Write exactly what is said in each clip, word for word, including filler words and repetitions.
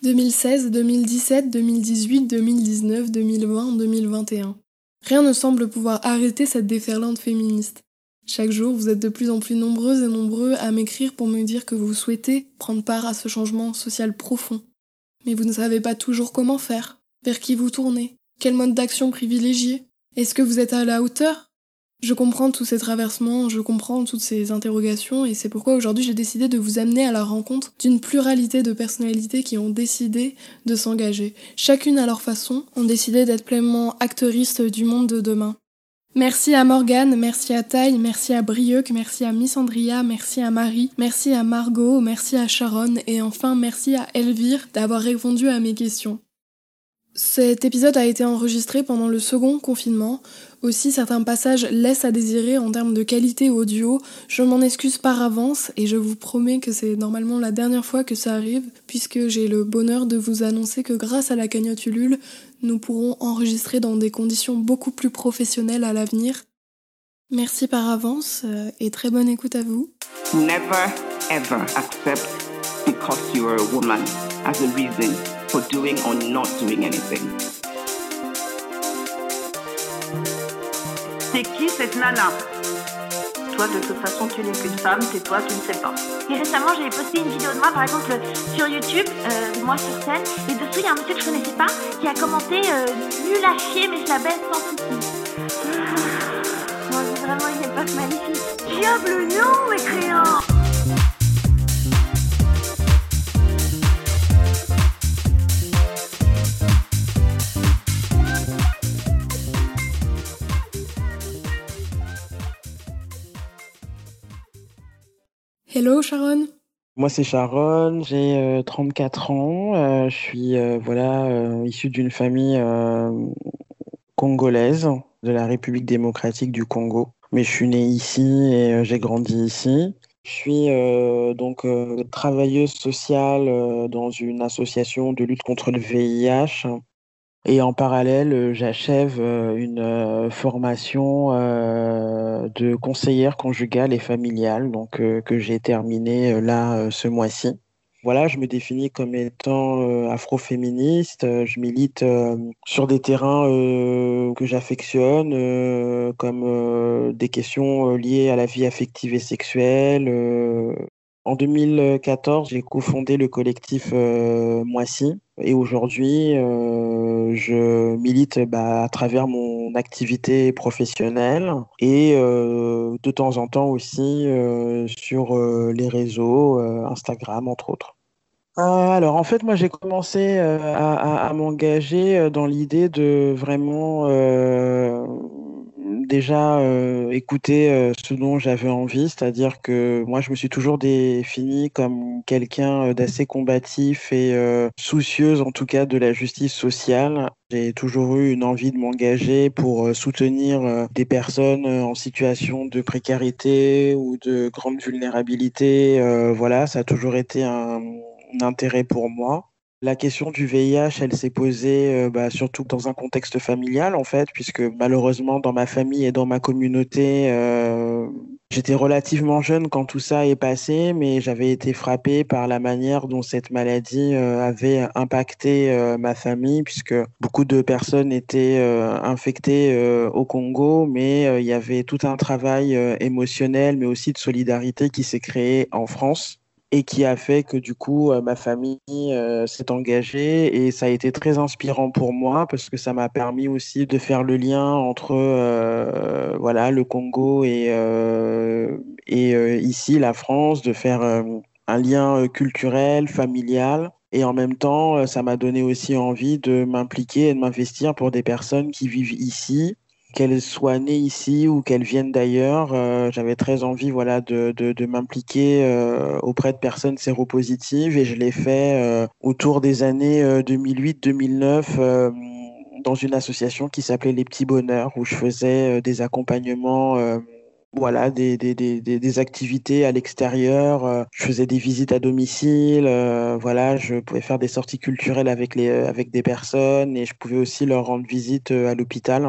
deux mille seize, deux mille dix-sept, deux mille dix-huit, deux mille dix-neuf, deux mille vingt, deux mille vingt et un. Rien ne semble pouvoir arrêter cette déferlante féministe. Chaque jour, vous êtes de plus en plus nombreuses et nombreux à m'écrire pour me dire que vous souhaitez prendre part à ce changement social profond. Mais vous ne savez pas toujours comment faire, vers qui vous tourner, quel mode d'action privilégier. Est-ce que vous êtes à la hauteur ? Je comprends tous ces traversements, je comprends toutes ces interrogations et c'est pourquoi aujourd'hui j'ai décidé de vous amener à la rencontre d'une pluralité de personnalités qui ont décidé de s'engager. Chacune à leur façon ont décidé d'être pleinement actrices du monde de demain. Merci à Morgane, merci à Taille, merci à Brieuc, merci à Miss Andrea, merci à Marie, merci à Margot, merci à Sharon et enfin merci à Elvire d'avoir répondu à mes questions. Cet épisode a été enregistré pendant le second confinement. Aussi, certains passages laissent à désirer en termes de qualité audio. Je m'en excuse par avance et je vous promets que c'est normalement la dernière fois que ça arrive, puisque j'ai le bonheur de vous annoncer que grâce à la cagnotte Ulule, nous pourrons enregistrer dans des conditions beaucoup plus professionnelles à l'avenir. Merci par avance et très bonne écoute à vous. Never ever accept because you are a woman as a reason for doing or not doing anything. C'est qui cette nana ? Toi, de toute façon, tu n'es qu'une femme, tais-toi, tu ne sais pas. Et récemment, j'ai posté une vidéo de moi, par exemple, sur YouTube, euh, moi sur scène, et dessous, il y a un monsieur que je connaissais pas, qui a commenté euh, « Nul à chier, mais je la baisse sans souci ». Moi, c'est vraiment une époque magnifique. Diable non, mécréant ! Hello Sharon. Moi c'est Sharon, j'ai euh, trente-quatre ans, euh, je suis euh, voilà euh, issue d'une famille euh, congolaise de la République démocratique du Congo. Mais je suis née ici et euh, j'ai grandi ici. Je suis euh, donc euh, travailleuse sociale euh, dans une association de lutte contre le V I H. Et en parallèle, euh, j'achève euh, une euh, formation euh, de conseillère conjugale et familiale, donc euh, que j'ai terminée euh, là euh, ce mois-ci. Voilà, je me définis comme étant euh, afroféministe. Euh, Je milite euh, sur des terrains euh, que j'affectionne, euh, comme euh, des questions euh, liées à la vie affective et sexuelle. Euh. En deux mille quatorze, j'ai cofondé le collectif euh, Moissy. Et aujourd'hui, euh, je milite bah, à travers mon activité professionnelle et euh, de temps en temps aussi euh, sur euh, les réseaux, euh, Instagram entre autres. Euh, alors en fait, moi j'ai commencé euh, à, à- à m'engager euh, dans l'idée de vraiment euh, déjà euh, écouter euh, ce dont j'avais envie, c'est-à-dire que moi je me suis toujours définie comme quelqu'un euh, d'assez combatif et euh, soucieuse en tout cas de la justice sociale. J'ai toujours eu une envie de m'engager pour euh, soutenir euh, des personnes euh, en situation de précarité ou de grande vulnérabilité. Euh, voilà, ça a toujours été un un intérêt pour moi. La question du V I H, elle s'est posée euh, bah, surtout dans un contexte familial, en fait, puisque malheureusement, dans ma famille et dans ma communauté, euh, j'étais relativement jeune quand tout ça est passé, mais j'avais été frappée par la manière dont cette maladie euh, avait impacté euh, ma famille, puisque beaucoup de personnes étaient euh, infectées euh, au Congo, mais euh, il y avait tout un travail euh, émotionnel, mais aussi de solidarité qui s'est créé en France et qui a fait que du coup euh, ma famille euh, s'est engagée et ça a été très inspirant pour moi parce que ça m'a permis aussi de faire le lien entre euh, voilà le Congo et euh, et euh, ici la France, de faire euh, un lien euh, culturel, familial. Et en même temps, euh, ça m'a donné aussi envie de m'impliquer et de m'investir pour des personnes qui vivent ici, qu'elles soient nées ici ou qu'elles viennent d'ailleurs. Euh, j'avais très envie voilà, de, de, de m'impliquer euh, auprès de personnes séropositives et je l'ai fait euh, autour des années euh, deux mille huit deux mille neuf euh, dans une association qui s'appelait Les Petits Bonheurs où je faisais euh, des accompagnements. Euh, Voilà, des, des, des, des des activités à l'extérieur. Euh, je faisais des visites à domicile. Euh, voilà, je pouvais faire des sorties culturelles avec les, avec des personnes et je pouvais aussi leur rendre visite euh, à l'hôpital.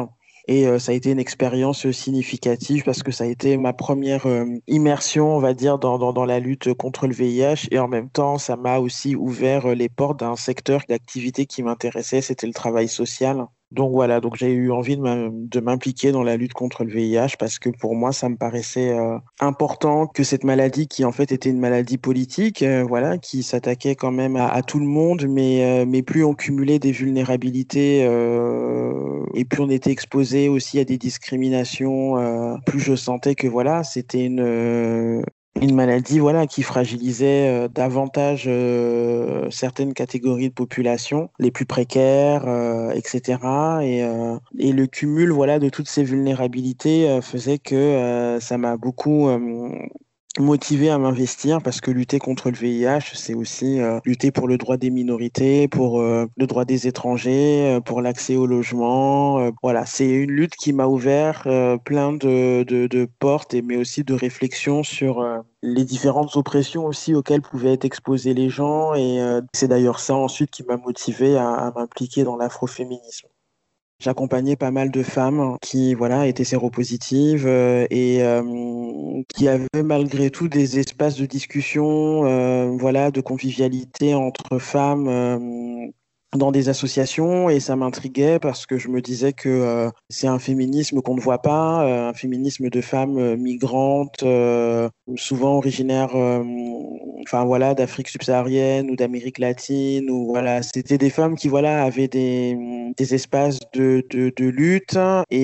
Et euh, ça a été une expérience significative parce que ça a été ma première euh, immersion, on va dire, dans, dans, dans la lutte contre le V I H. Et en même temps, ça m'a aussi ouvert les portes d'un secteur d'activité qui m'intéressait, c'était le travail social. Donc voilà, donc j'ai eu envie de, de m'impliquer dans la lutte contre le V I H parce que pour moi, ça me paraissait euh, important que cette maladie, qui en fait était une maladie politique, euh, voilà, qui s'attaquait quand même à, à tout le monde, mais, euh, mais plus on cumulait des vulnérabilités euh, et plus on était exposé aussi à des discriminations, euh, plus je sentais que voilà, c'était une... Euh, une maladie voilà qui fragilisait euh, davantage euh, certaines catégories de population, les plus précaires, euh, et cetera. Et, euh, et le cumul voilà de toutes ces vulnérabilités euh, faisait que euh, ça m'a beaucoup euh, motivé à m'investir parce que lutter contre le V I H, c'est aussi euh, lutter pour le droit des minorités, pour euh, le droit des étrangers, euh, pour l'accès au logement. Euh, voilà, c'est une lutte qui m'a ouvert euh, plein de, de, de portes, et, mais aussi de réflexions sur euh, les différentes oppressions aussi auxquelles pouvaient être exposés les gens. Et euh, c'est d'ailleurs ça ensuite qui m'a motivé à, à m'impliquer dans l'afroféminisme. J'accompagnais pas mal de femmes qui voilà étaient séropositives euh, et euh, qui avaient malgré tout des espaces de discussion, euh, voilà, de convivialité entre femmes euh, dans des associations, et ça m'intriguait parce que je me disais que euh, c'est un féminisme qu'on ne voit pas, euh, un féminisme de femmes euh, migrantes, euh, souvent originaires euh, enfin voilà d'Afrique subsaharienne ou d'Amérique latine, ou voilà, c'était des femmes qui voilà avaient des des espaces de de de lutte,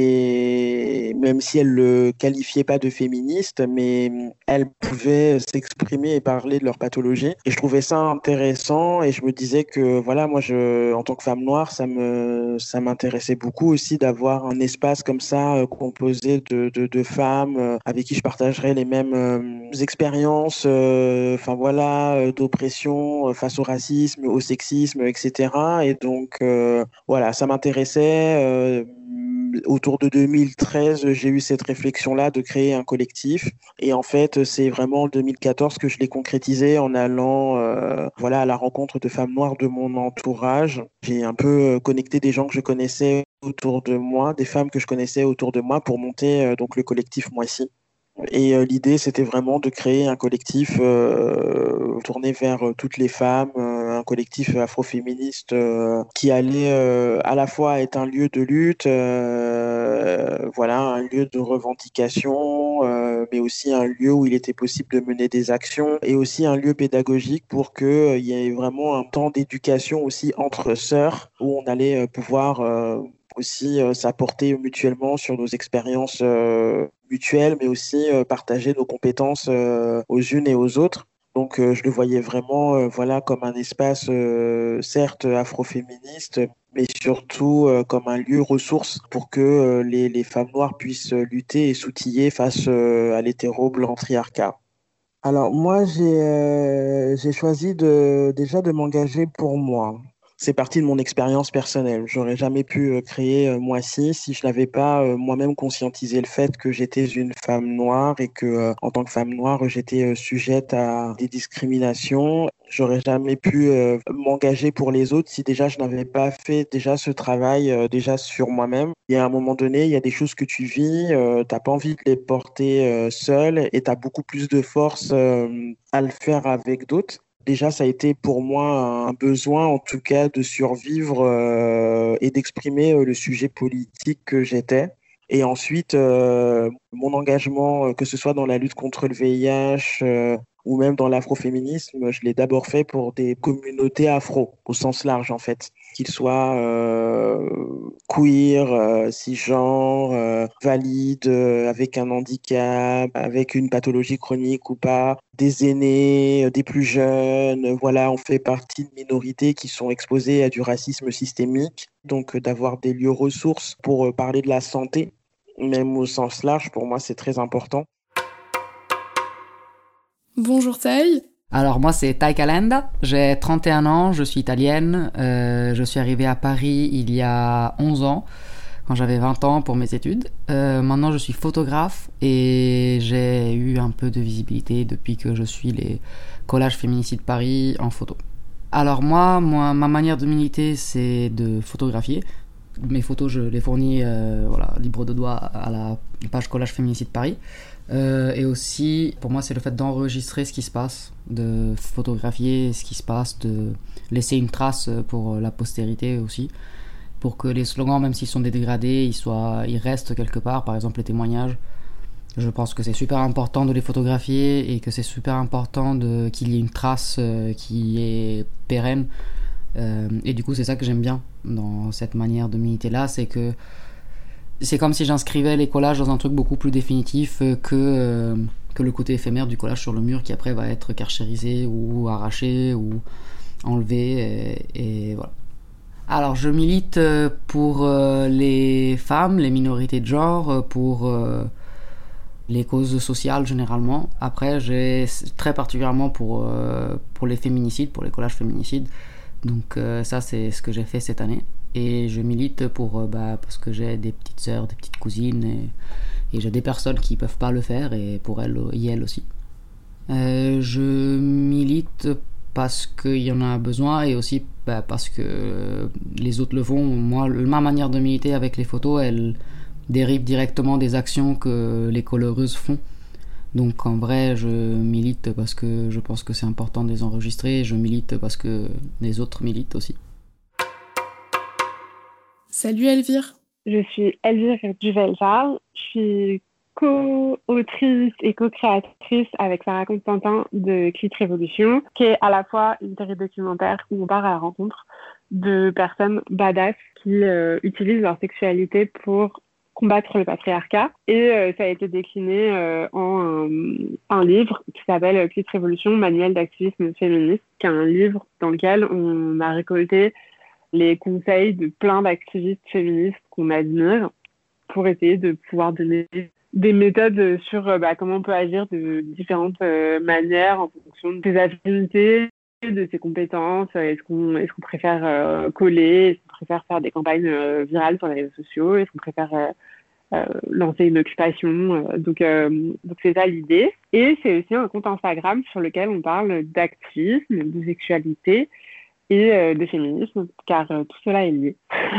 et même si elles le qualifiaient pas de féministes, mais elles pouvaient s'exprimer et parler de leur pathologie, et je trouvais ça intéressant. Et je me disais que voilà, moi je en tant que femme noire, ça me ça m'intéressait beaucoup aussi d'avoir un espace comme ça euh, composé de de de femmes euh, avec qui je partagerais les mêmes euh, expériences euh, enfin voilà euh, d'oppression euh, face au racisme, au sexisme, et cetera. Et donc euh, voilà, ça m'intéressait. Euh, autour de deux mille treize, j'ai eu cette réflexion-là de créer un collectif. Et en fait, c'est vraiment en deux mille quatorze que je l'ai concrétisé en allant euh, voilà, à la rencontre de femmes noires de mon entourage. J'ai un peu connecté des gens que je connaissais autour de moi, des femmes que je connaissais autour de moi, pour monter euh, donc le collectif Moissy. Et euh, l'idée, c'était vraiment de créer un collectif euh, tourné vers euh, toutes les femmes, euh, un collectif afroféministe euh, qui allait euh, à la fois être un lieu de lutte, euh, voilà, un lieu de revendication, euh, mais aussi un lieu où il était possible de mener des actions, et aussi un lieu pédagogique pour qu'il euh, y ait vraiment un temps d'éducation aussi entre sœurs, où on allait euh, pouvoir euh, aussi euh, s'apporter mutuellement sur nos expériences euh, mutuelles, mais aussi euh, partager nos compétences euh, aux unes et aux autres. Donc euh, je le voyais vraiment euh, voilà, comme un espace euh, certes afroféministe, mais surtout euh, comme un lieu ressource pour que euh, les, les femmes noires puissent lutter et s'outiller face euh, à l'hétéro-blanc-triarcat. Alors moi, j'ai euh, j'ai choisi de, déjà de m'engager pour moi. C'est parti de mon expérience personnelle. J'aurais jamais pu euh, créer euh, Moissy si je n'avais pas euh, moi-même conscientisé le fait que j'étais une femme noire, et que euh, en tant que femme noire, j'étais euh, sujette à des discriminations. J'aurais jamais pu euh, m'engager pour les autres si déjà je n'avais pas fait déjà ce travail euh, déjà sur moi-même. Il y a un moment donné, il y a des choses que tu vis, euh, t'as pas envie de les porter euh, seule, et t'as beaucoup plus de force euh, à le faire avec d'autres. Déjà, ça a été pour moi un besoin, en tout cas, de survivre euh, et d'exprimer euh, le sujet politique que j'étais. Et ensuite, euh, mon engagement, euh, que ce soit dans la lutte contre le V I H euh, ou même dans l'afroféminisme, je l'ai d'abord fait pour des communautés afro, au sens large en fait, qu'ils soient euh, queer, euh, cisgenres, euh, valides, euh, avec un handicap, avec une pathologie chronique ou pas, des aînés, euh, des plus jeunes. Voilà, on fait partie de minorités qui sont exposées à du racisme systémique. Donc euh, d'avoir des lieux ressources pour euh, parler de la santé, même au sens large, pour moi c'est très important. Bonjour Taï. Alors moi c'est Taï Calenda, j'ai trente et un ans, je suis italienne, euh, je suis arrivée à Paris il y a onze ans, quand j'avais vingt ans pour mes études. Euh, maintenant je suis photographe et j'ai eu un peu de visibilité depuis que je suis les collages féminicides Paris en photo. Alors moi, moi ma manière de militer c'est de photographier, mes photos, je les fournis euh, voilà, libre de droit à la page Collage Féminicide Paris. Euh, et aussi, pour moi, c'est le fait d'enregistrer ce qui se passe, de photographier ce qui se passe, de laisser une trace pour la postérité aussi, pour que les slogans, même s'ils sont dégradés, ils, soient, ils restent quelque part, par exemple les témoignages. Je pense que c'est super important de les photographier et que c'est super important de, qu'il y ait une trace euh, qui est pérenne. Euh, et du coup, c'est ça que j'aime bien dans cette manière de militer là, c'est que c'est comme si j'inscrivais les collages dans un truc beaucoup plus définitif que, euh, que le côté éphémère du collage sur le mur qui après va être karchérisé ou arraché ou enlevé. Et, et voilà. Alors, je milite pour euh, les femmes, les minorités de genre, pour euh, les causes sociales généralement. Après, j'ai très particulièrement pour, euh, pour les féminicides, pour les collages féminicides. Donc euh, ça, c'est ce que j'ai fait cette année. Et je milite pour, euh, bah, parce que j'ai des petites sœurs, des petites cousines, et, et j'ai des personnes qui ne peuvent pas le faire, et pour elles, et elles aussi. Euh, je milite parce qu'il y en a besoin, et aussi bah, parce que les autres le font. Moi, ma manière de militer avec les photos, elle dérive directement des actions que les coloreuses font. Donc en vrai, je milite parce que je pense que c'est important de les enregistrer, je milite parce que les autres militent aussi. Salut Elvire. Je suis Elvire Duvel-Charles, je suis co-autrice et co-créatrice avec Sarah Constantin de Clit Révolution, qui est à la fois une série documentaire où on part à la rencontre de personnes badass qui euh, utilisent leur sexualité pour combattre le patriarcat. Et euh, ça a été décliné euh, en un, un livre qui s'appelle Clit Révolution, manuel d'activisme féministe, qui est un livre dans lequel on a récolté les conseils de plein d'activistes féministes qu'on admire pour essayer de pouvoir donner des méthodes sur euh, bah, comment on peut agir de différentes euh, manières en fonction de ses affinités, de ses compétences. Est-ce qu'on, est-ce qu'on préfère euh, coller? Est-ce qu'on préfère faire des campagnes euh, virales sur les réseaux sociaux? Est-ce qu'on préfère euh, euh, lancer une occupation? euh, donc, euh, donc c'est ça l'idée. Et c'est aussi un compte Instagram sur lequel on parle d'activisme, de sexualité et euh, de féminisme, car euh, tout cela est lié.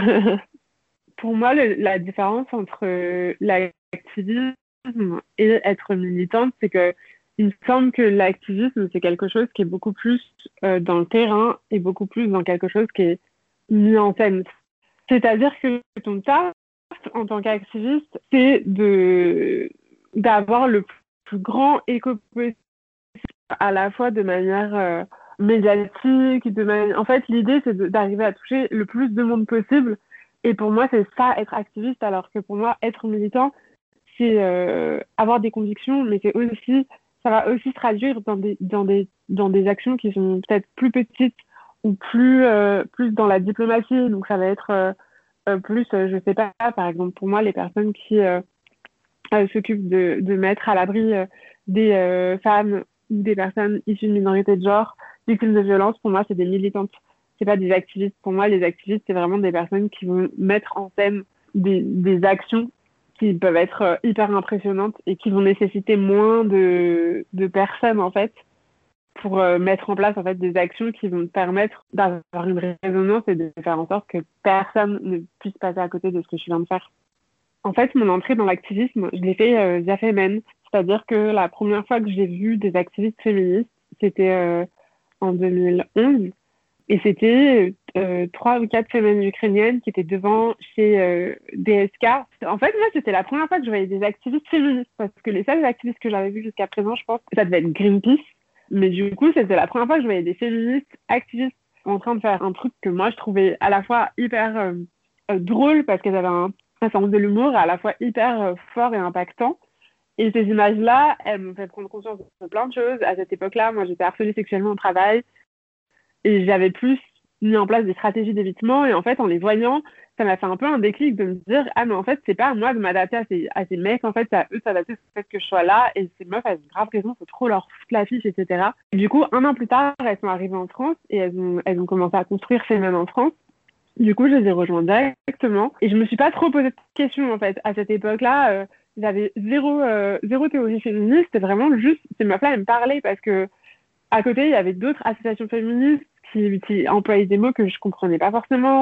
Pour moi, le, la différence entre euh, l'activisme et être militante, c'est que il me semble que l'activisme, c'est quelque chose qui est beaucoup plus euh, dans le terrain et beaucoup plus dans quelque chose qui est mis en scène. C'est-à-dire que ton taf, en tant qu'activiste, c'est de, d'avoir le plus grand écho possible, à la fois de manière euh, médiatique, de manière... En fait, l'idée, c'est de, d'arriver à toucher le plus de monde possible. Et pour moi, c'est ça, être activiste, alors que pour moi, être militant, c'est euh, avoir des convictions, mais c'est aussi... ça va aussi se traduire dans des, dans des, dans des actions qui sont peut-être plus petites ou plus, euh, plus dans la diplomatie. Donc, ça va être euh, euh, plus, euh, je sais pas, par exemple, pour moi, les personnes qui euh, euh, s'occupent de, de mettre à l'abri euh, des euh, femmes ou des personnes issues de minorités de genre, victimes de violences, pour moi, c'est des militantes. C'est pas des activistes. Pour moi, les activistes, c'est vraiment des personnes qui vont mettre en scène des, des actions qui peuvent être hyper impressionnantes et qui vont nécessiter moins de, de personnes, en fait, pour euh, mettre en place, en fait, des actions qui vont permettre d'avoir une résonance et de faire en sorte que personne ne puisse passer à côté de ce que je viens de faire. En fait, mon entrée dans l'activisme, je l'ai fait euh, via Femen. C'est-à-dire que la première fois que j'ai vu des activistes féministes, c'était euh, en deux mille onze. Et c'était euh, trois ou quatre femmes ukrainiennes qui étaient devant chez euh, D S K. En fait, moi, c'était la première fois que je voyais des activistes féministes, parce que les seuls activistes que j'avais vus jusqu'à présent, je pense que ça devait être Greenpeace. Mais du coup, c'était la première fois que je voyais des féministes activistes en train de faire un truc que moi, je trouvais à la fois hyper euh, euh, drôle, parce qu'elles avaient un, un sens de l'humour, et à la fois hyper euh, fort et impactant. Et ces images-là, elles m'ont fait prendre conscience de plein de choses. À cette époque-là, moi, j'étais harcelée sexuellement au travail. Et j'avais plus mis en place des stratégies d'évitement. Et en fait, en les voyant, ça m'a fait un peu un déclic de me dire « Ah, mais en fait, c'est pas à moi de m'adapter à ces, à ces mecs. En fait, c'est à eux de s'adapter au fait que je sois là. Et ces meufs, elles ont grave raison, faut trop leur foutre la fiche, et cetera » Et du coup, un an plus tard, elles sont arrivées en France et elles ont, elles ont commencé à construire Femen en France. Du coup, je les ai rejointes directement. Et je me suis pas trop posé de questions, en fait. À cette époque-là, euh, j'avais zéro, euh, zéro théorie féministe. C'était vraiment juste, ces meufs-là, elles me parlaient parce que à côté, il y avait d'autres associations féministes qui, qui employaient des mots que je comprenais pas forcément.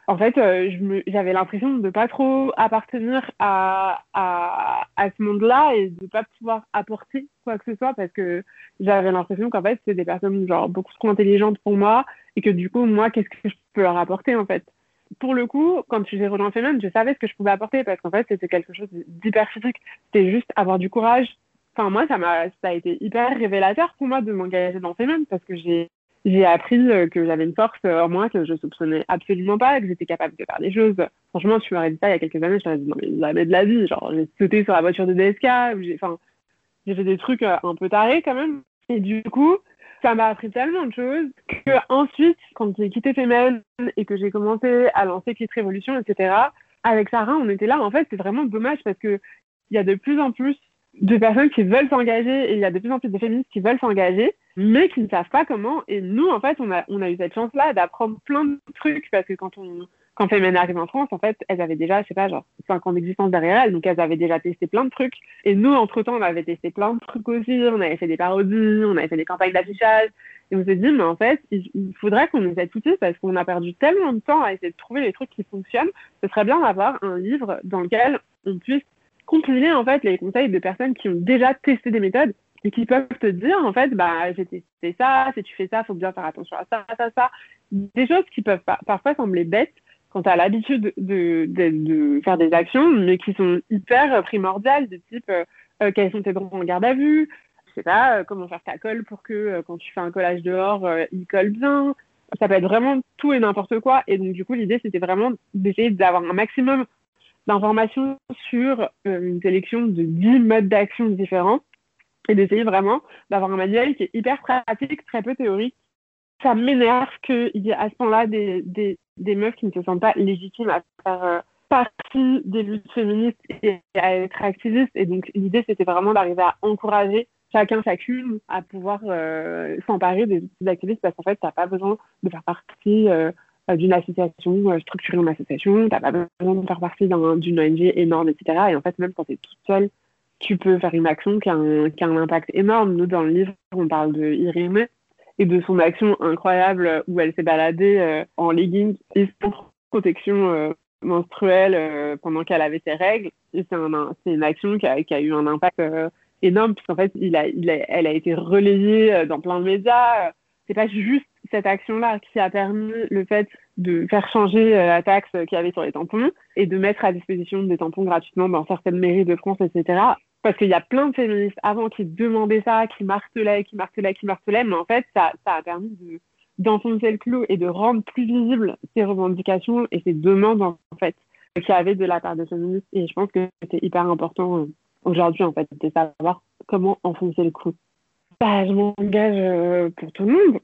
En fait, euh, je me, j'avais l'impression de pas trop appartenir à, à, à ce monde-là et de pas pouvoir apporter quoi que ce soit parce que j'avais l'impression qu'en fait, c'était des personnes genre beaucoup trop intelligentes pour moi et que du coup, moi, qu'est-ce que je peux leur apporter en fait? Pour le coup, quand j'ai rejoint Femen, je savais ce que je pouvais apporter parce qu'en fait, c'était quelque chose d'hyper physique. C'était juste avoir du courage. Enfin, moi, ça m'a, ça a été hyper révélateur pour moi de m'engager dans Femen parce que j'ai J'ai appris que j'avais une force en moi que je soupçonnais absolument pas, que j'étais capable de faire des choses. Franchement, tu m'aurais dit ça il y a quelques années, je t'aurais dit non mais jamais de la vie. Genre, j'ai sauté sur la voiture de D S K, j'ai, enfin, j'ai fait des trucs un peu tarés quand même. Et du coup, ça m'a appris tellement de choses que ensuite, quand j'ai quitté Femen et que j'ai commencé à lancer Clit Révolution, et cetera, avec Sarah, on était là. En fait, c'est vraiment dommage parce que il y a de plus en plus de personnes qui veulent s'engager et il y a de plus en plus de féministes qui veulent s'engager, mais qui ne savent pas comment. Et nous, en fait, on a, on a eu cette chance-là d'apprendre plein de trucs parce que quand on, quand Femen arrive en France, en fait, elles avaient déjà, je sais pas, genre cinq ans d'existence derrière elles, donc elles avaient déjà testé plein de trucs. Et nous, entre-temps, on avait testé plein de trucs aussi, on avait fait des parodies, on avait fait des campagnes d'affichage. Et on s'est dit, mais en fait, il, il faudrait qu'on ait cet outil parce qu'on a perdu tellement de temps à essayer de trouver les trucs qui fonctionnent. Ce serait bien d'avoir un livre dans lequel on puisse compiler en fait les conseils de personnes qui ont déjà testé des méthodes et qui peuvent te dire en fait bah j'ai testé ça, si tu fais ça, faut bien faire attention à ça, ça, ça. Des choses qui peuvent par- parfois sembler bêtes quand tu as l'habitude de, de, de faire des actions, mais qui sont hyper primordiales, de type euh, euh, quels sont tes droits en garde à vue, je sais pas, euh, comment faire ta colle pour que euh, quand tu fais un collage dehors, euh, il colle bien. Ça peut être vraiment tout et n'importe quoi. Et donc du coup l'idée c'était vraiment d'essayer d'avoir un maximum d'informations sur euh, une sélection de dix modes d'action différents et d'essayer vraiment d'avoir un manuel qui est hyper pratique, très peu théorique. Ça m'énerve qu'il y ait à ce point-là des, des, des meufs qui ne se sentent pas légitimes à faire euh, partie des luttes féministes et à être activistes. Et donc l'idée, c'était vraiment d'arriver à encourager chacun, chacune à pouvoir euh, s'emparer des outils d'activistes parce qu'en fait, tu n'as pas besoin de faire partie... Euh, d'une association, euh, structurer une association, t'as pas besoin de faire partie d'un, d'une O N G énorme, et cetera. Et en fait, même quand t'es toute seule, tu peux faire une action qui a un, qui a un impact énorme. Nous, dans le livre, on parle de Irene et de son action incroyable où elle s'est baladée euh, en leggings et sans protection euh, menstruelle euh, pendant qu'elle avait ses règles. Et c'est, un, c'est une action qui a, qui a eu un impact euh, énorme puisqu'en fait, il a, il a, elle a été relayée dans plein de médias. C'est pas juste cette action-là qui a permis le fait de faire changer la taxe qu'il y avait sur les tampons et de mettre à disposition des tampons gratuitement dans certaines mairies de France, et cetera. Parce qu'il y a plein de féministes avant qui demandaient ça, qui martelaient, qui martelaient, qui martelaient, mais en fait, ça, ça a permis de, d'enfoncer le clou et de rendre plus visibles ces revendications et ces demandes, en fait, qu'il y avait de la part des féministes. Et je pense que c'est hyper important aujourd'hui, en fait, de savoir comment enfoncer le clou. Bah, je m'engage pour tout le monde.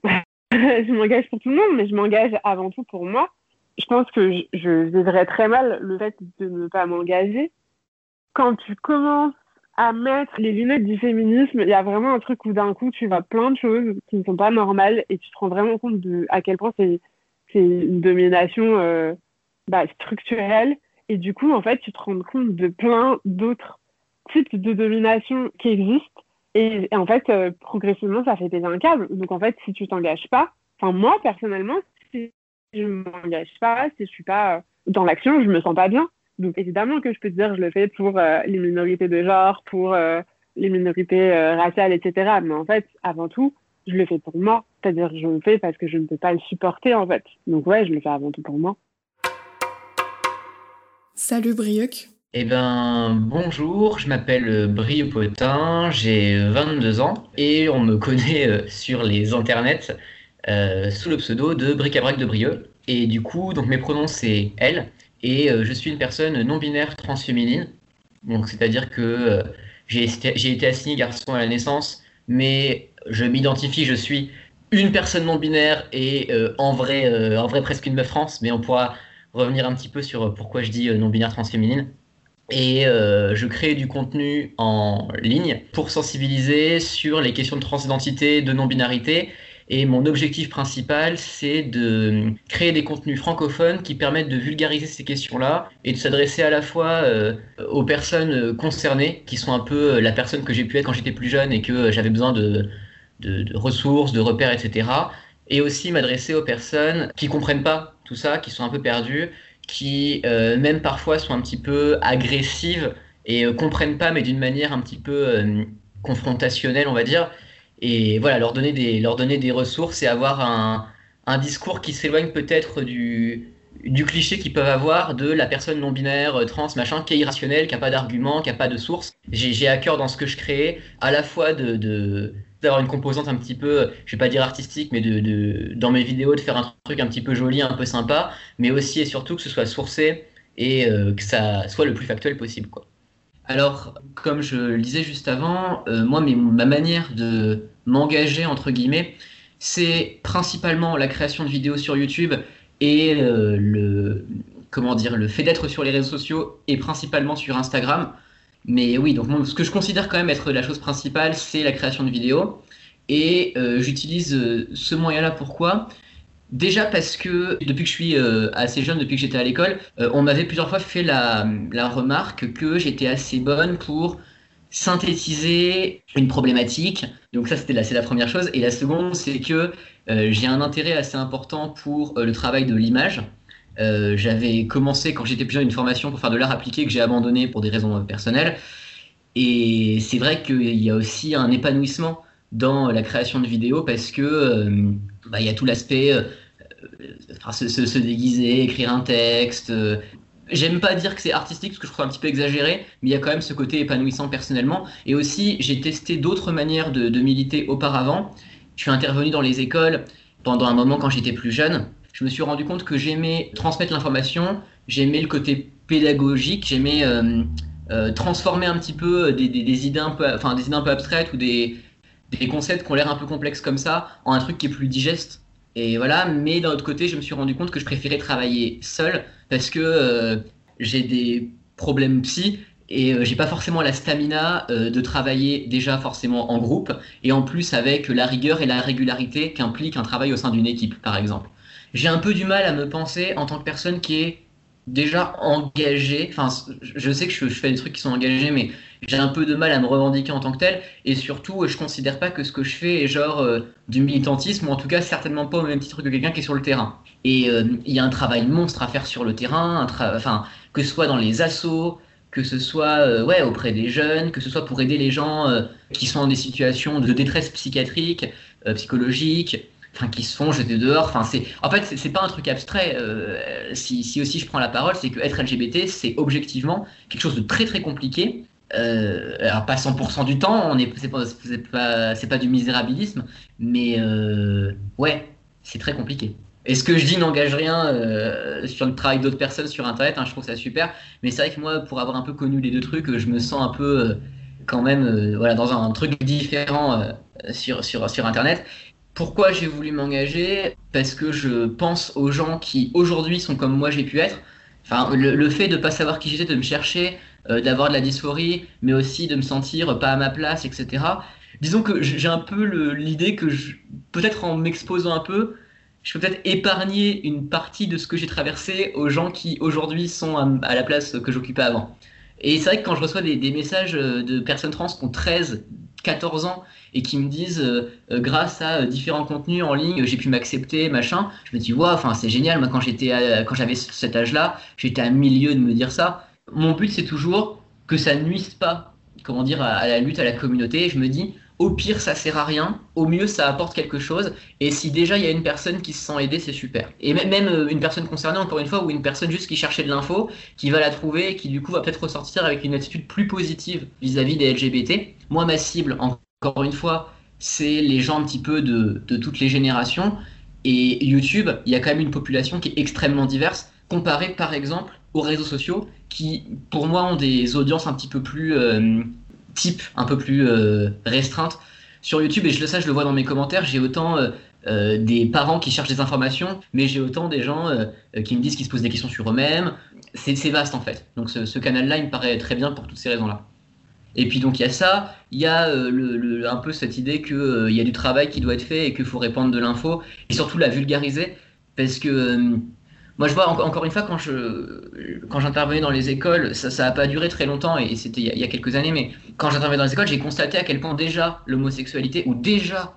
je m'engage pour tout le monde, mais je m'engage avant tout pour moi. Je pense que je, je vivrais très mal le fait de ne pas m'engager. Quand tu commences à mettre les lunettes du féminisme, il y a vraiment un truc où d'un coup, tu vois plein de choses qui ne sont pas normales et tu te rends vraiment compte de à quel point c'est, c'est une domination euh, bah, structurelle. Et du coup, en fait, tu te rends compte de plein d'autres types de domination qui existent. Et, et en fait, euh, progressivement, ça fait péter un câble. Donc en fait, si tu t'engages pas, enfin moi, personnellement, si je m'engage pas, si je suis pas euh, dans l'action, je me sens pas bien. Donc évidemment que je peux te dire, je le fais pour euh, les minorités de genre, pour euh, les minorités euh, raciales, et cetera. Mais en fait, avant tout, je le fais pour moi. C'est-à-dire que je le fais parce que je ne peux pas le supporter, en fait. Donc ouais, je le fais avant tout pour moi. Salut Brieuc. Eh ben, bonjour, je m'appelle Brieuc Potin, j'ai vingt-deux ans et on me connaît sur les internets euh, sous le pseudo de Bric-à-Brac de Brieuc. Et du coup, donc mes pronoms c'est elle et euh, je suis une personne non-binaire transféminine. Donc c'est-à-dire que euh, j'ai, j'ai été assigné garçon à la naissance, mais je m'identifie, je suis une personne non-binaire et euh, en vrai, euh, en vrai presque une meuf trans, mais on pourra revenir un petit peu sur pourquoi je dis euh, non-binaire transféminine. Et euh, je crée du contenu en ligne pour sensibiliser sur les questions de transidentité, de non-binarité. Et mon objectif principal, c'est de créer des contenus francophones qui permettent de vulgariser ces questions-là et de s'adresser à la fois euh, aux personnes concernées, qui sont un peu la personne que j'ai pu être quand j'étais plus jeune et que j'avais besoin de, de, de ressources, de repères, et cetera. Et aussi m'adresser aux personnes qui comprennent pas tout ça, qui sont un peu perdues, qui euh, même parfois sont un petit peu agressives et euh, comprennent pas, mais d'une manière un petit peu euh, confrontationnelle, on va dire. Et voilà, leur donner des, leur donner des ressources et avoir un, un discours qui s'éloigne peut-être du, du cliché qu'ils peuvent avoir de la personne non-binaire, euh, trans, machin, qui est irrationnelle, qui n'a pas d'argument, qui n'a pas de source. J'ai, j'ai à cœur dans ce que je crée, à la fois de, de, d'avoir une composante un petit peu, je vais pas dire artistique, mais de, de, dans mes vidéos, de faire un truc un petit peu joli, un peu sympa, mais aussi et surtout que ce soit sourcé et euh, que ça soit le plus factuel possible, quoi. Alors, comme je le disais juste avant, euh, moi, mes, ma manière de m'engager, entre guillemets, c'est principalement la création de vidéos sur YouTube et euh, le, comment dire, le fait d'être sur les réseaux sociaux et principalement sur Instagram. Mais oui, donc moi, ce que je considère quand même être la chose principale, c'est la création de vidéos. Et euh, j'utilise euh, ce moyen-là, pourquoi ? Déjà parce que depuis que je suis euh, assez jeune, depuis que j'étais à l'école, euh, on m'avait plusieurs fois fait la, la remarque que j'étais assez bonne pour synthétiser une problématique. Donc ça, c'était la, c'est la première chose. Et la seconde, c'est que euh, j'ai un intérêt assez important pour euh, le travail de l'image. Euh, j'avais commencé quand j'étais plus jeune une formation pour faire de l'art appliqué que j'ai abandonné pour des raisons euh, personnelles. Et c'est vrai qu'il y a aussi un épanouissement dans la création de vidéos parce que euh, bah, y a tout l'aspect euh, enfin, se, se, se déguiser, écrire un texte. Euh, j'aime pas dire que c'est artistique parce que je trouve un petit peu exagéré, mais il y a quand même ce côté épanouissant personnellement. Et aussi, j'ai testé d'autres manières de, de militer auparavant. Je suis intervenu dans les écoles pendant un moment quand j'étais plus jeune. Je me suis rendu compte que j'aimais transmettre l'information, j'aimais le côté pédagogique, j'aimais euh, euh, transformer un petit peu des, des, des idées un peu, enfin des idées un peu abstraites ou des des concepts qui ont l'air un peu complexes comme ça en un truc qui est plus digeste. Et voilà, mais d'un autre côté, je me suis rendu compte que je préférais travailler seul parce que euh, j'ai des problèmes psy et euh, j'ai pas forcément la stamina euh, de travailler déjà forcément en groupe et en plus avec la rigueur et la régularité qu'implique un travail au sein d'une équipe, par exemple. J'ai un peu du mal à me penser en tant que personne qui est déjà engagée. Enfin, je sais que je, je fais des trucs qui sont engagés, mais j'ai un peu de mal à me revendiquer en tant que tel, et surtout, je considère pas que ce que je fais est genre euh, du militantisme, ou en tout cas certainement pas au même titre que quelqu'un qui est sur le terrain. Et il euh, y a un travail monstre à faire sur le terrain, un tra- enfin, que ce soit dans les assos, que ce soit euh, ouais, auprès des jeunes, que ce soit pour aider les gens euh, qui sont dans des situations de détresse psychiatrique, euh, psychologique, enfin qui se font jeter dehors. Enfin, c'est, en fait, c'est, c'est pas un truc abstrait. Euh, si, si aussi je prends la parole, c'est que être L G B T, c'est objectivement quelque chose de très très compliqué. Euh, alors pas cent pour cent du temps, on est, c'est pas, c'est pas, c'est pas du misérabilisme, mais euh, ouais, c'est très compliqué. Et ce que je dis n'engage rien euh, sur le travail d'autres personnes sur Internet, hein, je trouve ça super, mais c'est vrai que moi, pour avoir un peu connu les deux trucs, je me sens un peu euh, quand même euh, voilà, dans un, un truc différent euh, sur, sur, sur Internet. Pourquoi j'ai voulu m'engager ? Parce que je pense aux gens qui aujourd'hui sont comme moi j'ai pu être. Enfin, le, le fait de ne pas savoir qui j'étais, de me chercher, euh, d'avoir de la dysphorie, mais aussi de me sentir pas à ma place, et cetera. Disons que j'ai un peu le, l'idée que, je, peut-être en m'exposant un peu, je peux peut-être épargner une partie de ce que j'ai traversé aux gens qui aujourd'hui sont à, à la place que j'occupais avant. Et c'est vrai que quand je reçois des, des messages de personnes trans qui ont treize, quatorze ans et qui me disent euh, euh, grâce à euh, différents contenus en ligne j'ai pu m'accepter machin, je me dis waouh, enfin c'est génial. Moi quand j'étais à, quand j'avais cet âge-là, j'étais à milieu de me dire ça. Mon but c'est toujours que ça nuise pas, comment dire, à, à la lutte, à la communauté. Et je me dis au pire ça sert à rien, au mieux ça apporte quelque chose, et si déjà il y a une personne qui se sent aidée, c'est super. Et même, même euh, une personne concernée, encore une fois, ou une personne juste qui cherchait de l'info, qui va la trouver et qui du coup va peut-être ressortir avec une attitude plus positive vis-à-vis des L G B T. Moi ma cible, encore une fois, c'est les gens un petit peu de, de toutes les générations, et YouTube, il y a quand même une population qui est extrêmement diverse, comparée par exemple aux réseaux sociaux, qui pour moi ont des audiences un petit peu plus... Euh, type un peu plus euh, restreinte sur YouTube, et je le sais, je le vois dans mes commentaires, j'ai autant euh, euh, des parents qui cherchent des informations, mais j'ai autant des gens euh, qui me disent qu'ils se posent des questions sur eux-mêmes. C'est, c'est vaste en fait, donc ce, ce canal-là il me paraît très bien pour toutes ces raisons-là. Et puis donc il y a ça, il y a euh, le, le, un peu cette idée qu'il euh, y a du travail qui doit être fait et qu'il faut répandre de l'info, et surtout la vulgariser, parce que euh, moi, je vois, en, encore une fois, quand, je, quand j'intervenais dans les écoles, ça n'a pas duré très longtemps, et c'était il y, a, il y a quelques années, mais quand j'intervenais dans les écoles, j'ai constaté à quel point déjà l'homosexualité, ou déjà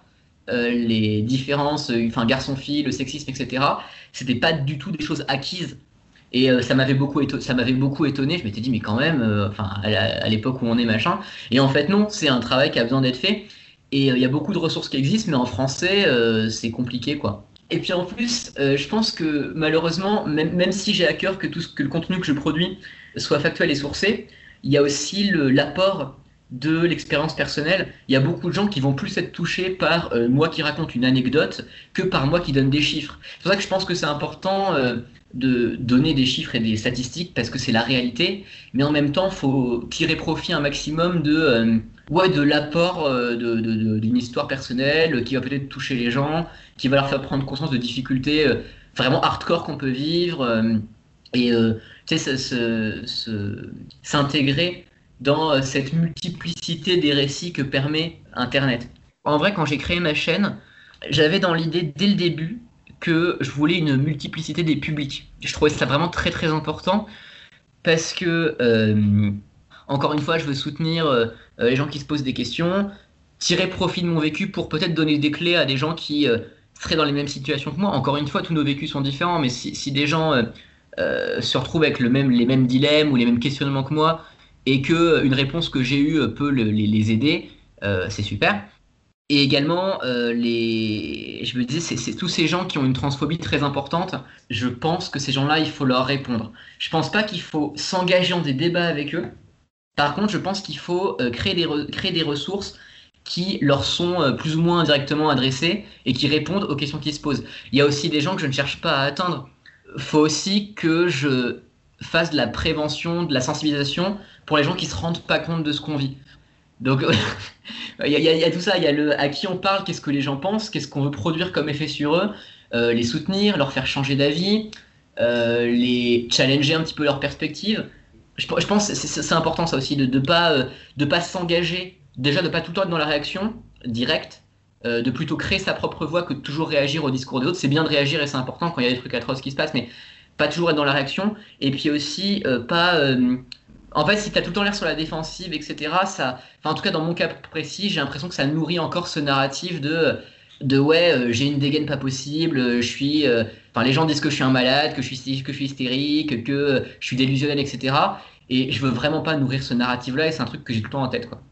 euh, les différences, euh, enfin garçon-fille, le sexisme, et cetera. C'était pas du tout des choses acquises. Et euh, ça m'avait beaucoup étonné, ça m'avait beaucoup étonné. Je m'étais dit mais quand même, euh, enfin à, à l'époque où on est machin. Et en fait non, c'est un travail qui a besoin d'être fait. Et il euh, y a beaucoup de ressources qui existent, mais en français euh, c'est compliqué quoi. Et puis en plus, euh, je pense que malheureusement, même, même si j'ai à cœur que tout ce, que le contenu que je produis soit factuel et sourcé, il y a aussi le, l'apport de l'expérience personnelle. Il y a beaucoup de gens qui vont plus être touchés par euh, moi qui raconte une anecdote que par moi qui donne des chiffres. C'est pour ça que je pense que c'est important euh, de donner des chiffres et des statistiques parce que c'est la réalité, mais en même temps, il faut tirer profit un maximum de, euh, ouais, de l'apport euh, de, de, de, d'une histoire personnelle qui va peut-être toucher les gens, qui va leur faire prendre conscience de difficultés euh, vraiment hardcore qu'on peut vivre euh, et euh, tu sais, se, se, s'intégrer dans cette multiplicité des récits que permet Internet. En vrai, quand j'ai créé ma chaîne, j'avais dans l'idée dès le début que je voulais une multiplicité des publics. Je trouvais ça vraiment très très important parce que, euh, encore une fois, je veux soutenir euh, les gens qui se posent des questions, tirer profit de mon vécu pour peut-être donner des clés à des gens qui euh, seraient dans les mêmes situations que moi. Encore une fois, tous nos vécus sont différents, mais si, si des gens euh, euh, se retrouvent avec le même, les mêmes dilemmes ou les mêmes questionnements que moi, et qu'une réponse que j'ai eue peut le, les, les aider, euh, c'est super. Et également, euh, les... je me disais, c'est, c'est tous ces gens qui ont une transphobie très importante, je pense que ces gens-là, il faut leur répondre. Je pense pas qu'il faut s'engager en des débats avec eux. Par contre, je pense qu'il faut euh, créer, des re... créer des ressources qui leur sont euh, plus ou moins directement adressées et qui répondent aux questions qui se posent. Il y a aussi des gens que je ne cherche pas à atteindre. Il faut aussi que je fasse de la prévention, de la sensibilisation pour les gens qui se rendent pas compte de ce qu'on vit. Donc il y, y, y a tout ça, il y a le à qui on parle, qu'est-ce que les gens pensent, qu'est-ce qu'on veut produire comme effet sur eux, euh, les soutenir, leur faire changer d'avis, euh, les challenger un petit peu leur perspective. Je, je pense que c'est, c'est important ça aussi de de pas euh, de pas s'engager, déjà de pas tout le temps être dans la réaction directe, euh, de plutôt créer sa propre voix que de toujours réagir au discours des autres. C'est bien de réagir et c'est important quand il y a des trucs atroces qui se passent, mais pas toujours être dans la réaction. Et puis aussi euh, pas euh, en fait, si tu as tout le temps l'air sur la défensive, et cetera, ça, enfin, en tout cas, dans mon cas précis, j'ai l'impression que ça nourrit encore ce narratif de, de ouais, euh, j'ai une dégaine pas possible, euh, je suis, euh, enfin, les gens disent que je suis un malade, que je suis, que je suis hystérique, que euh, je suis délusionnel, et cetera. Et je veux vraiment pas nourrir ce narratif-là, et c'est un truc que j'ai tout le temps en tête, quoi.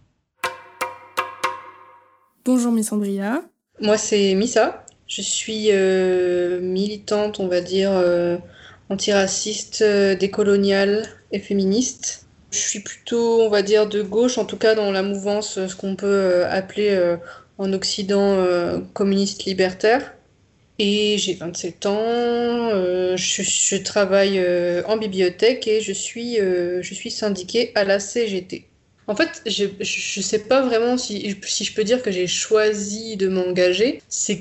Bonjour Miss Andrea. Moi, c'est Missa. Je suis euh, militante, on va dire, euh, antiraciste, euh, décoloniale et féministe. Je suis plutôt, on va dire, de gauche, en tout cas dans la mouvance, ce qu'on peut euh, appeler euh, en Occident euh, communiste libertaire. Et j'ai vingt-sept ans, euh, je, je travaille euh, en bibliothèque et je suis, euh, je suis syndiquée à la C G T. En fait, je ne sais pas vraiment si, si je peux dire que j'ai choisi de m'engager. C'est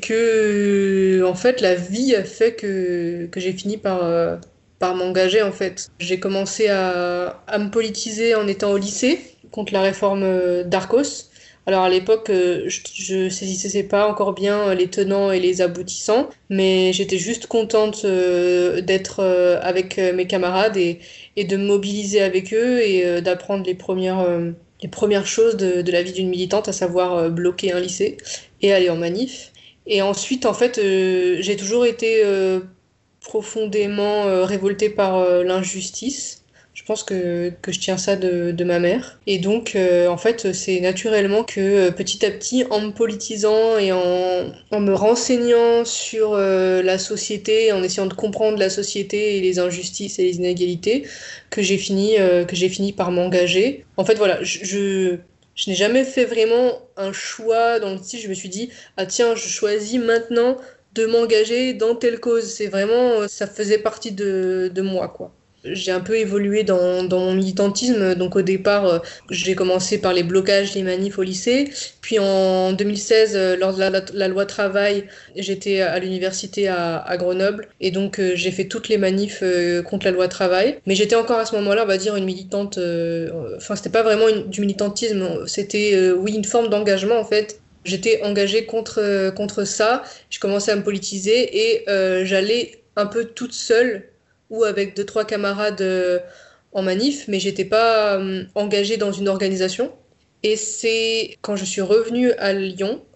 que, en fait, la vie a fait que, que j'ai fini par... Euh, par m'engager en fait. J'ai commencé à, à me politiser en étant au lycée contre la réforme d'Arcos. Alors à l'époque, je, je saisissais pas encore bien les tenants et les aboutissants, mais j'étais juste contente euh, d'être euh, avec mes camarades et, et de me mobiliser avec eux et euh, d'apprendre les premières, euh, les premières choses de, de la vie d'une militante, à savoir euh, bloquer un lycée et aller en manif. Et ensuite, en fait, euh, j'ai toujours été euh, profondément euh, révoltée par euh, l'injustice. Je pense que, que je tiens ça de, de ma mère. Et donc, euh, en fait, c'est naturellement que euh, petit à petit, en me politisant et en, en me renseignant sur euh, la société, en essayant de comprendre la société et les injustices et les inégalités, que j'ai fini, euh, que j'ai fini par m'engager. En fait, voilà, je... je Je n'ai jamais fait vraiment un choix dans le style, je me suis dit, ah tiens, je choisis maintenant de m'engager dans telle cause. C'est vraiment, ça faisait partie de, de moi, quoi. J'ai un peu évolué dans, dans mon militantisme. Donc au départ, j'ai commencé par les blocages, les manifs au lycée. Puis en deux mille seize, lors de la, la, la loi travail, j'étais à l'université à, à Grenoble. Et donc euh, j'ai fait toutes les manifs euh, contre la loi travail. Mais j'étais encore à ce moment-là, on va dire, une militante... Euh, enfin, c'était pas vraiment une, du militantisme. C'était, euh, oui, une forme d'engagement, en fait. J'étais engagée contre, contre ça. Je commençais à me politiser et euh, j'allais un peu toute seule ou avec deux, trois camarades euh, en manif, mais j'étais pas euh, engagée dans une organisation. Et c'est quand je suis revenue à Lyon,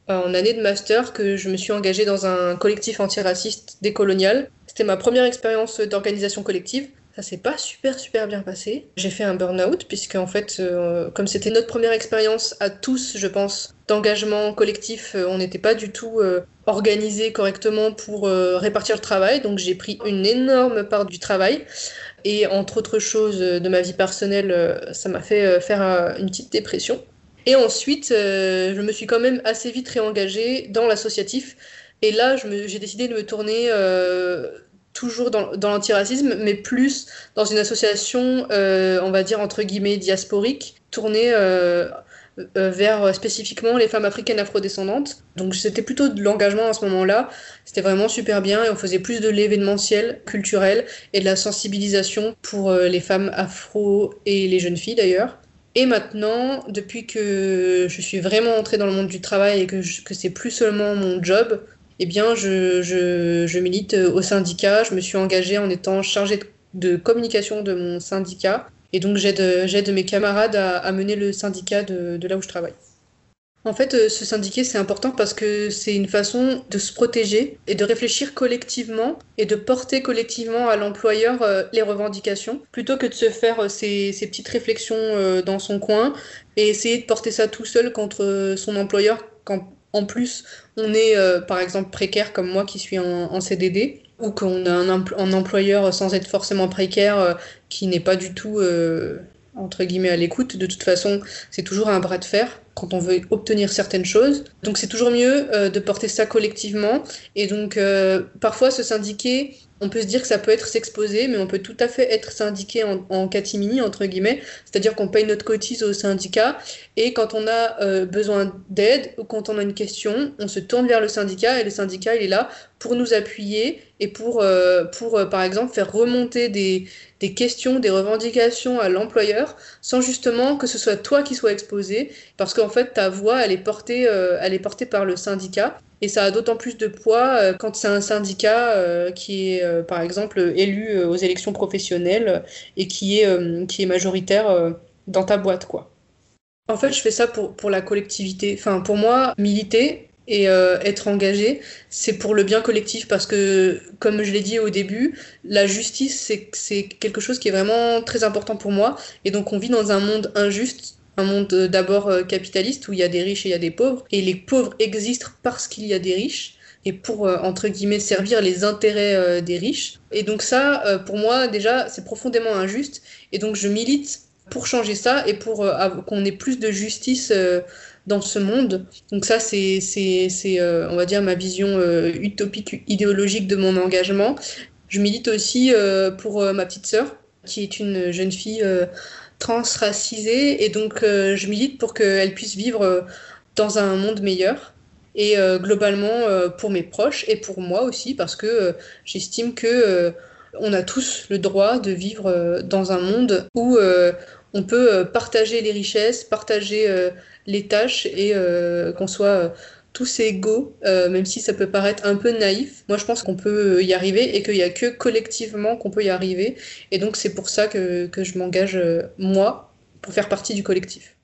en année de master que je me suis engagée dans un collectif antiraciste décolonial. C'était ma première expérience d'organisation collective. Ça s'est pas super super bien passé. J'ai fait un burn-out puisque en fait, euh, comme c'était notre première expérience à tous, je pense, d'engagement collectif, euh, on n'était pas du tout euh, organisé correctement pour euh, répartir le travail. Donc j'ai pris une énorme part du travail. Et entre autres choses euh, de ma vie personnelle, euh, ça m'a fait euh, faire euh, une petite dépression. Et ensuite, euh, je me suis quand même assez vite réengagée dans l'associatif. Et là, je me, j'ai décidé de me tourner euh, toujours dans, dans l'antiracisme, mais plus dans une association, euh, on va dire, entre guillemets, diasporique, tournée euh, euh, vers spécifiquement les femmes africaines afrodescendantes. Donc c'était plutôt de l'engagement à ce moment-là. C'était vraiment super bien et on faisait plus de l'événementiel culturel et de la sensibilisation pour euh, les femmes afro et les jeunes filles d'ailleurs. Et maintenant, depuis que je suis vraiment entrée dans le monde du travail et que, je, que c'est plus seulement mon job, eh bien, je, je, je milite au syndicat. Je me suis engagée en étant chargée de, de communication de mon syndicat. Et donc, j'aide, j'aide mes camarades à, à mener le syndicat de, de là où je travaille. En fait, se syndiquer, c'est important parce que c'est une façon de se protéger et de réfléchir collectivement et de porter collectivement à l'employeur euh, les revendications, plutôt que de se faire euh, ces, ces petites réflexions euh, dans son coin et essayer de porter ça tout seul contre son employeur quand, en plus, on est, euh, par exemple, précaire comme moi qui suis en, en C D D, ou qu'on a un, empl- un employeur sans être forcément précaire euh, qui n'est pas du tout... Euh, entre guillemets à l'écoute. De toute façon, c'est toujours un bras de fer quand on veut obtenir certaines choses. Donc c'est toujours mieux euh, de porter ça collectivement. Et donc euh, parfois se syndiquer, on peut se dire que ça peut être s'exposer, mais on peut tout à fait être syndiqué en, en catimini, entre guillemets, c'est-à-dire qu'on paye notre cotise au syndicat et quand on a euh, besoin d'aide ou quand on a une question, on se tourne vers le syndicat et le syndicat il est là pour nous appuyer et pour, euh, pour euh, par exemple faire remonter des, des questions, des revendications à l'employeur sans justement que ce soit toi qui sois exposé parce qu'en fait ta voix elle est portée, euh, elle est portée par le syndicat. Et ça a d'autant plus de poids euh, quand c'est un syndicat euh, qui est, euh, par exemple, élu euh, aux élections professionnelles euh, et qui est, euh, qui est majoritaire euh, dans ta boîte, quoi. En fait, je fais ça pour, pour la collectivité. Enfin, pour moi, militer et euh, être engagé, c'est pour le bien collectif parce que, comme je l'ai dit au début, la justice, c'est, c'est quelque chose qui est vraiment très important pour moi. Et donc, on vit dans un monde injuste. Un monde d'abord capitaliste où il y a des riches et il y a des pauvres. Et les pauvres existent parce qu'il y a des riches et pour, euh, entre guillemets, servir les intérêts euh, des riches. Et donc ça, euh, pour moi, déjà, c'est profondément injuste. Et donc je milite pour changer ça et pour euh, qu'on ait plus de justice euh, dans ce monde. Donc ça, c'est, c'est, c'est euh, on va dire, ma vision euh, utopique, idéologique de mon engagement. Je milite aussi euh, pour euh, ma petite sœur, qui est une jeune fille... Euh, transracisée et donc euh, je milite pour qu'elle puisse vivre euh, dans un monde meilleur et euh, globalement euh, pour mes proches et pour moi aussi parce que euh, j'estime que euh, on a tous le droit de vivre euh, dans un monde où euh, on peut euh, partager les richesses, partager euh, les tâches et euh, qu'on soit euh, tous égaux, euh, même si ça peut paraître un peu naïf. Moi, je pense qu'on peut y arriver et qu'il n'y a que collectivement qu'on peut y arriver. Et donc, c'est pour ça que, que je m'engage, euh, moi, pour faire partie du collectif.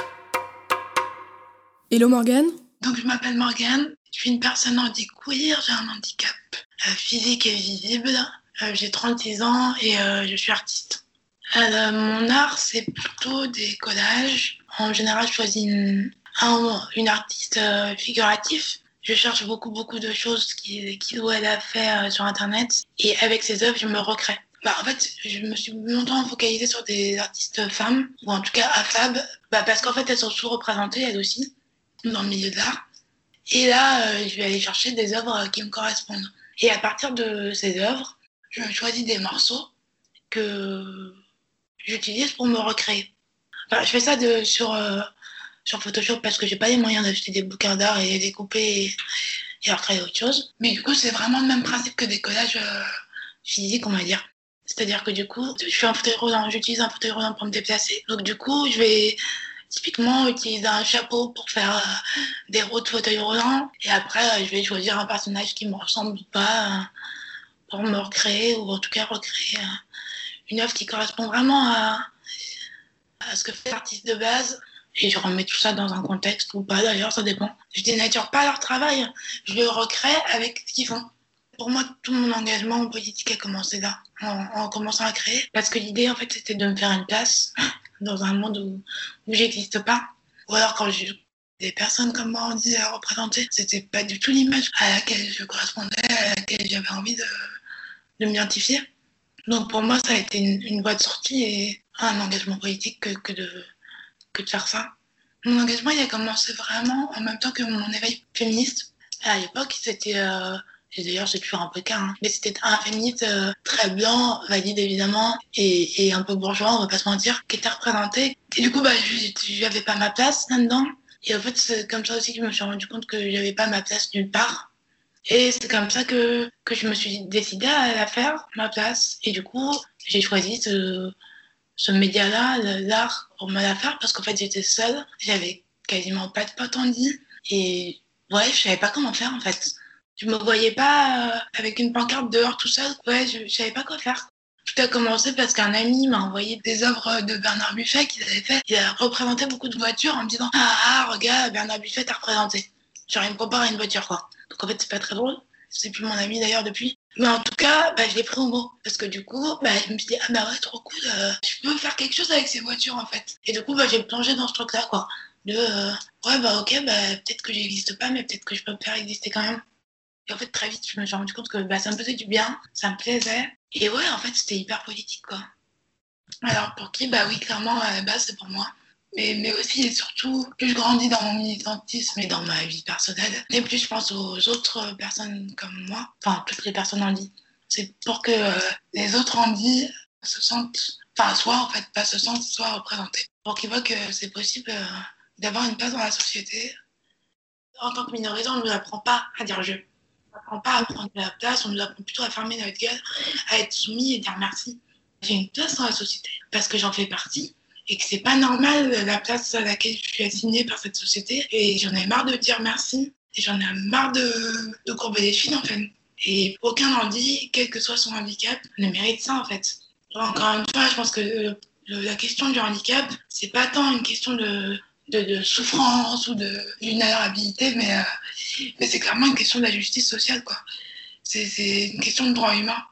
Hello Morgane. Donc, je m'appelle Morgane. Je suis une personne handiqueer, j'ai un handicap euh, physique et visible. Euh, j'ai trente-six ans et euh, je suis artiste. Euh, mon art, c'est plutôt des collages. En général, je choisis une... Un, une artiste euh, figuratif. Je cherche beaucoup, beaucoup de choses qu'il qui ou elle a fait euh, sur Internet. Et avec ses œuvres, je me recrée. Bah, en fait, je me suis longtemps focalisée sur des artistes femmes, ou en tout cas AFAB, bah, parce qu'en fait, elles sont sous-représentées, elles aussi, dans le milieu de l'art. Et là, euh, je vais aller chercher des œuvres qui me correspondent. Et à partir de ces œuvres, je choisis des morceaux que j'utilise pour me recréer. Enfin, je fais ça de, sur... Euh, sur Photoshop parce que j'ai pas les moyens d'acheter des bouquins d'art et les découper et, et alors créer autre chose. Mais du coup, c'est vraiment le même principe que des collages euh, physiques, on va dire. C'est-à-dire que du coup, je suis un fauteuil roulant, j'utilise un fauteuil roulant pour me déplacer. Donc du coup, je vais typiquement utiliser un chapeau pour faire euh, des roues de fauteuil roulant. Et après, euh, je vais choisir un personnage qui me ressemble ou pas euh, pour me recréer ou en tout cas recréer euh, une œuvre qui correspond vraiment à, à ce que fait l'artiste de base. Et je remets tout ça dans un contexte ou pas d'ailleurs, ça dépend. Je dénature pas leur travail, je le recrée avec ce qu'ils font. Pour moi, tout mon engagement en politique a commencé là, en, en commençant à créer. Parce que l'idée, en fait, c'était de me faire une place dans un monde où, où j'existe pas. Ou alors quand j'ai des personnes comme moi, on dit à représenter, c'était pas du tout l'image à laquelle je correspondais, à laquelle j'avais envie de, de m'identifier. Donc pour moi, ça a été une, une voie de sortie et un engagement politique que, que, de, que de faire ça. Mon engagement, il a commencé vraiment en même temps que mon éveil féministe. À l'époque, c'était... Euh, et d'ailleurs, j'ai toujours un peu le cas, hein, mais c'était un féministe euh, très blanc, valide évidemment, et, et un peu bourgeois, on va pas se mentir, qui était représenté. Et du coup, bah, je n'avais pas ma place là-dedans. Et en fait, c'est comme ça aussi que je me suis rendu compte que j'avais pas ma place nulle part. Et c'est comme ça que, que je me suis décidée à la faire, ma place. Et du coup, j'ai choisi ce, ce média-là, l'art, pour me la faire, parce qu'en fait, j'étais seule, j'avais quasiment pas de potes en dit, et ouais, je savais pas comment faire en fait. Je me voyais pas euh, avec une pancarte dehors tout seul. Ouais, je, je savais pas quoi faire. Tout a commencé parce qu'un ami m'a envoyé des œuvres de Bernard Buffet qu'il avait fait. Il a représenté beaucoup de voitures en me disant « Ah, ah, regarde, Bernard Buffet t'a représenté. » Genre, il me compare à une voiture, quoi. Donc en fait, c'est pas très drôle. C'est plus mon ami d'ailleurs depuis. Mais en tout cas, bah, je l'ai pris au mot. Parce que du coup, bah, je me suis dit « Ah bah ouais, trop cool. Euh, je peux faire quelque chose avec ces voitures, en fait. » Et du coup, bah, j'ai plongé dans ce truc-là, quoi. De euh, « Ouais, bah ok, bah, peut-être que j'existe pas, mais peut-être que je peux me faire exister quand même. » Et en fait, très vite, je me suis rendu compte que bah, ça me faisait du bien, ça me plaisait. Et ouais, en fait, c'était hyper politique, quoi. Alors, pour qui? Bah oui, clairement, à la base, c'est pour moi. Mais, mais aussi et surtout, plus je grandis dans mon militantisme et dans ma vie personnelle, et plus je pense aux autres personnes comme moi, enfin, toutes les personnes en vie. C'est pour que euh, les autres en vie se sentent, enfin, soit, en fait, pas se sentent, soit représentés. Pour qu'ils voient que c'est possible euh, d'avoir une place dans la société. En tant que minorité, on ne nous apprend pas à dire je. On n'apprend pas à prendre de la place, on nous apprend plutôt à fermer notre gueule, à être soumis et dire merci. J'ai une place dans la société parce que j'en fais partie et que c'est pas normal la place à laquelle je suis assignée par cette société. Et j'en ai marre de dire merci et j'en ai marre de, de courber les fils en fait. Et aucun handi, quel que soit son handicap, ne mérite ça en fait. Encore une fois, je pense que le, le, la question du handicap, c'est pas tant une question de De, de souffrance ou de vulnérabilité, mais, euh, mais c'est clairement une question de la justice sociale, quoi. C'est, c'est une question de droit humain.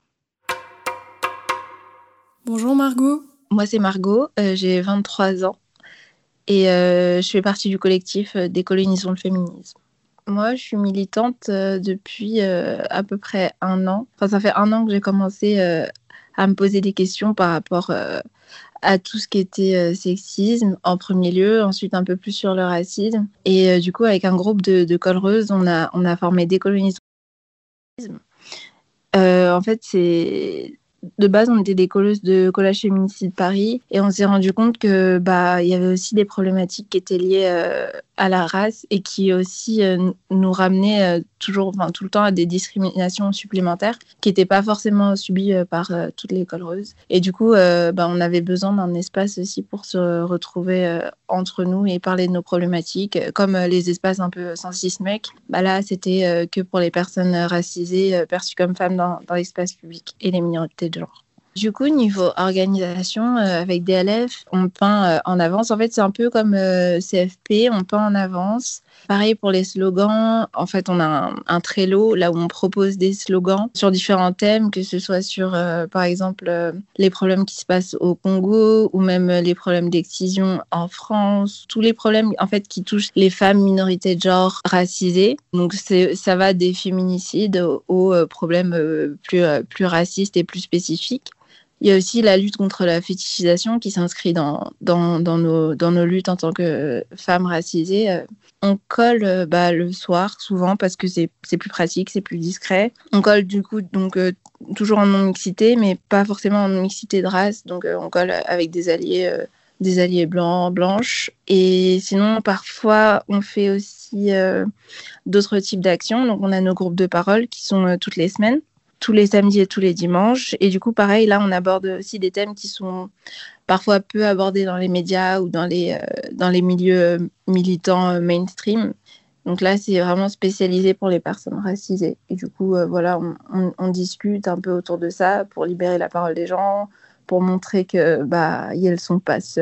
Bonjour Margot. Moi c'est Margot, euh, j'ai vingt-trois ans et euh, je fais partie du collectif euh, Décolonisons le féminisme. Moi je suis militante euh, depuis euh, à peu près un an. Enfin ça fait un an que j'ai commencé euh, à me poser des questions par rapport euh, à tout ce qui était euh, sexisme en premier lieu, ensuite un peu plus sur le racisme. Et euh, du coup, avec un groupe de, de collereuses, on a, on a formé Décolonisons. Euh, en fait, c'est... De base, on était des colleuses de Collage Féminicide Paris et on s'est rendu compte que bah, y avait aussi des problématiques qui étaient liées euh, à la race et qui aussi euh, nous ramenaient euh, toujours, enfin, tout le temps à des discriminations supplémentaires qui n'étaient pas forcément subies euh, par euh, toutes les collereuses. Et du coup, euh, bah, on avait besoin d'un espace aussi pour se retrouver euh, entre nous et parler de nos problématiques, comme euh, les espaces un peu sans cismec. Bah, là, c'était euh, que pour les personnes racisées euh, perçues comme femmes dans, dans l'espace public et les minorités de genre. Du coup, niveau organisation, euh, avec D L F, on peint euh, en avance. En fait, c'est un peu comme euh, C F P, on peint en avance. Pareil pour les slogans. En fait, on a un, un Trello là où on propose des slogans sur différents thèmes, que ce soit sur, euh, par exemple, euh, les problèmes qui se passent au Congo ou même euh, les problèmes d'excision en France. Tous les problèmes, en fait, qui touchent les femmes, minorités de genre, racisées. Donc, c'est, ça va des féminicides aux, aux euh, problèmes euh, plus, euh, plus racistes et plus spécifiques. Il y a aussi la lutte contre la fétichisation qui s'inscrit dans, dans, dans, nos, dans nos luttes en tant que femmes racisées. On colle bah, le soir, souvent, parce que c'est, c'est plus pratique, c'est plus discret. On colle, du coup, donc, euh, toujours en non-mixité, mais pas forcément en non-mixité de race. Donc, euh, on colle avec des alliés, euh, des alliés blancs, blanches. Et sinon, parfois, on fait aussi euh, d'autres types d'actions. Donc, on a nos groupes de parole qui sont euh, toutes les semaines, tous les samedis et tous les dimanches. Et du coup, pareil, là, on aborde aussi des thèmes qui sont parfois peu abordés dans les médias ou dans les, euh, dans les milieux militants euh, mainstream. Donc là, c'est vraiment spécialisé pour les personnes racisées. Et du coup, euh, voilà, on, on, on discute un peu autour de ça pour libérer la parole des gens, pour montrer que bah, elles ne sont pas seules.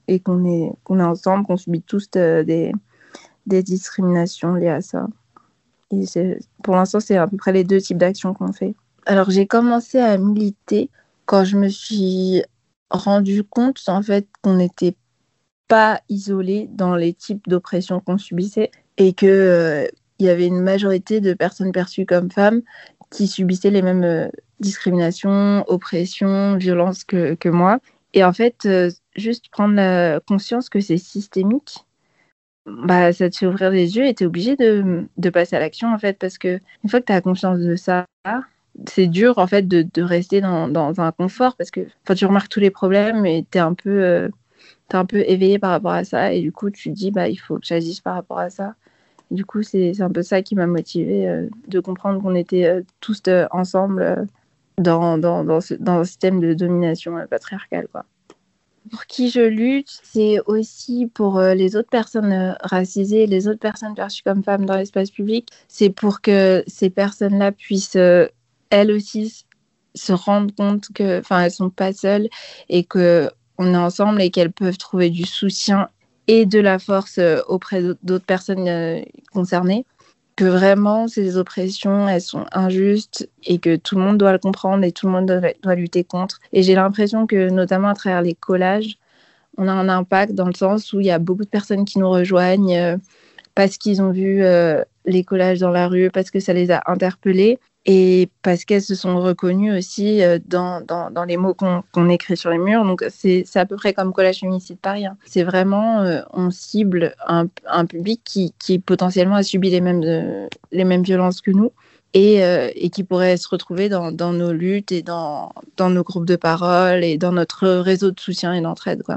et qu'on est, qu'on est ensemble, qu'on subit tous de, des, des discriminations liées à ça. Et c'est, pour l'instant, c'est à peu près les deux types d'actions qu'on fait. Alors, j'ai commencé à militer quand je me suis rendu compte, en fait, qu'on n'était pas isolés dans les types d'oppression qu'on subissait et qu'il euh, y avait une majorité de personnes perçues comme femmes qui subissaient les mêmes euh, discriminations, oppressions, violences que, que moi. Et en fait, euh, juste prendre la conscience que c'est systémique, bah, ça te fait ouvrir les yeux et tu es obligé de, de passer à l'action, en fait, parce que une fois que tu as conscience de ça, c'est dur, en fait, de, de rester dans, dans un confort parce que tu remarques tous les problèmes et tu es un peu... Euh, t'es un peu éveillé par rapport à ça et du coup tu te dis bah il faut que j'agisse par rapport à ça et du coup c'est, c'est un peu ça qui m'a motivée euh, de comprendre qu'on était euh, tous euh, ensemble euh, dans, dans, dans, ce, dans un système de domination euh, patriarcale quoi. Pour qui je lutte, c'est aussi pour euh, les autres personnes euh, racisées, les autres personnes perçues comme femmes dans l'espace public. C'est pour que ces personnes-là puissent euh, elles aussi se rendre compte que, enfin, elles sont pas seules et que on est ensemble et qu'elles peuvent trouver du soutien et de la force euh, auprès d'autres personnes euh, concernées. Que vraiment ces oppressions, elles sont injustes et que tout le monde doit le comprendre et tout le monde doit, doit lutter contre. Et j'ai l'impression que notamment à travers les collages, on a un impact dans le sens où il y a beaucoup de personnes qui nous rejoignent euh, parce qu'ils ont vu euh, les collages dans la rue, parce que ça les a interpellés et parce qu'elles se sont reconnues aussi euh, dans, dans, dans les mots qu'on, qu'on écrit sur les murs. Donc c'est, c'est à peu près comme Collage Féminicide Paris. Hein. C'est vraiment, euh, on cible un, un public qui, qui potentiellement a subi les mêmes, euh, les mêmes violences que nous et, euh, et qui pourrait se retrouver dans, dans nos luttes et dans, dans nos groupes de parole et dans notre réseau de soutien et d'entraide, quoi.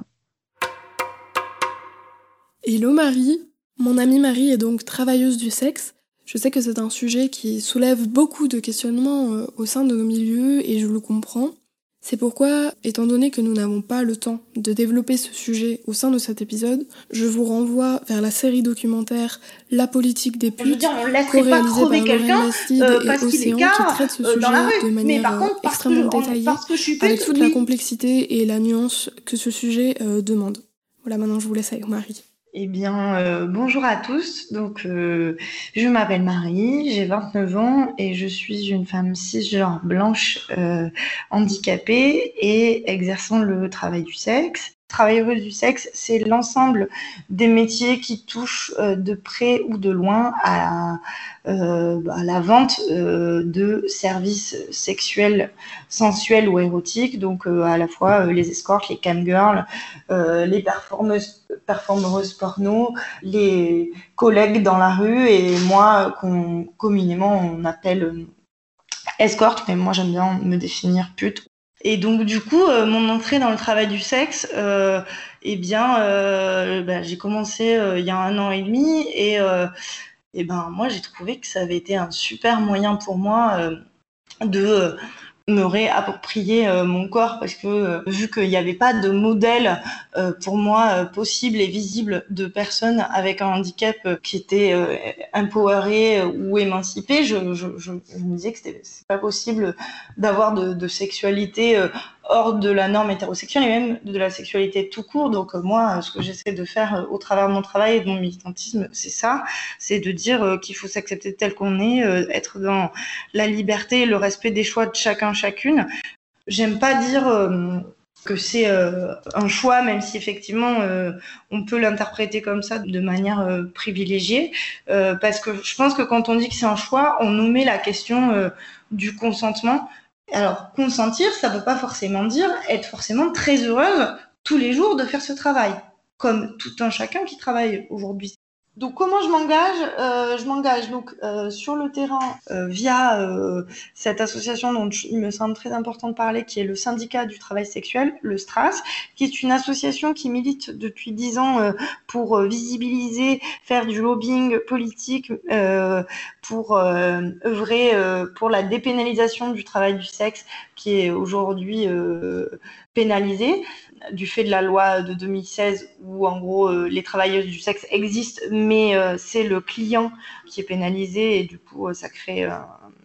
Hello Marie, mon amie Marie est donc travailleuse du sexe. Je sais que c'est un sujet qui soulève beaucoup de questionnements euh, au sein de nos milieux et je le comprends. C'est pourquoi, étant donné que nous n'avons pas le temps de développer ce sujet au sein de cet épisode, je vous renvoie vers la série documentaire La politique des putes, co-réalisée par Lorraine Bastide euh, et Océan, qui traite ce sujet de manière contre, extrêmement que, détaillée, pute, avec toute oui. la complexité et la nuance que ce sujet euh, demande. Voilà, maintenant je vous laisse avec Marie. Eh bien, euh, bonjour à tous. Donc, euh, je m'appelle Marie, j'ai vingt-neuf ans et je suis une femme cisgenre blanche euh, handicapée et exerçant le travail du sexe. Travailleuse du sexe, c'est l'ensemble des métiers qui touchent euh, de près ou de loin à, euh, à la vente euh, de services sexuels, sensuels ou érotiques, donc euh, à la fois euh, les escortes, les camgirls, euh, les performeuses, performeuses porno, les collègues dans la rue et moi qu'on communément on appelle euh, escorte, mais moi j'aime bien me définir pute. Et donc du coup, euh, mon entrée dans le travail du sexe, euh, eh bien, euh, bah, j'ai commencé euh, il y a un an et demi, et, euh, et ben moi j'ai trouvé que ça avait été un super moyen pour moi euh, de euh, me réapproprier euh, mon corps, parce que euh, vu qu'il n'y avait pas de modèle euh, pour moi euh, possible et visible de personnes avec un handicap euh, qui était euh, empoweré euh, ou émancipé, je, je, je, je me disais que c'était c'est pas possible d'avoir de, de sexualité euh, hors de la norme hétérosexuelle et même de la sexualité tout court. Donc euh, moi, ce que j'essaie de faire euh, au travers de mon travail et de mon militantisme, c'est ça, c'est de dire euh, qu'il faut s'accepter tel qu'on est, euh, être dans la liberté et le respect des choix de chacun, chacune. J'aime pas dire euh, que c'est euh, un choix, même si effectivement euh, on peut l'interpréter comme ça de manière euh, privilégiée, euh, parce que je pense que quand on dit que c'est un choix, on nous met la question euh, du consentement. Alors, consentir, ça veut pas forcément dire être forcément très heureuse tous les jours de faire ce travail, comme tout un chacun qui travaille aujourd'hui. Donc, comment je m'engage euh, Je m'engage donc euh, sur le terrain euh, via euh, cette association dont il me semble très important de parler, qui est le syndicat du travail sexuel, le S T R A S, qui est une association qui milite depuis dix ans euh, pour euh, visibiliser, faire du lobbying politique, euh, pour euh, œuvrer euh, pour la dépénalisation du travail du sexe, qui est aujourd'hui euh, pénalisé du fait de la loi de deux mille seize où en gros euh, les travailleuses du sexe existent, mais euh, c'est le client qui est pénalisé et du coup euh, ça crée euh,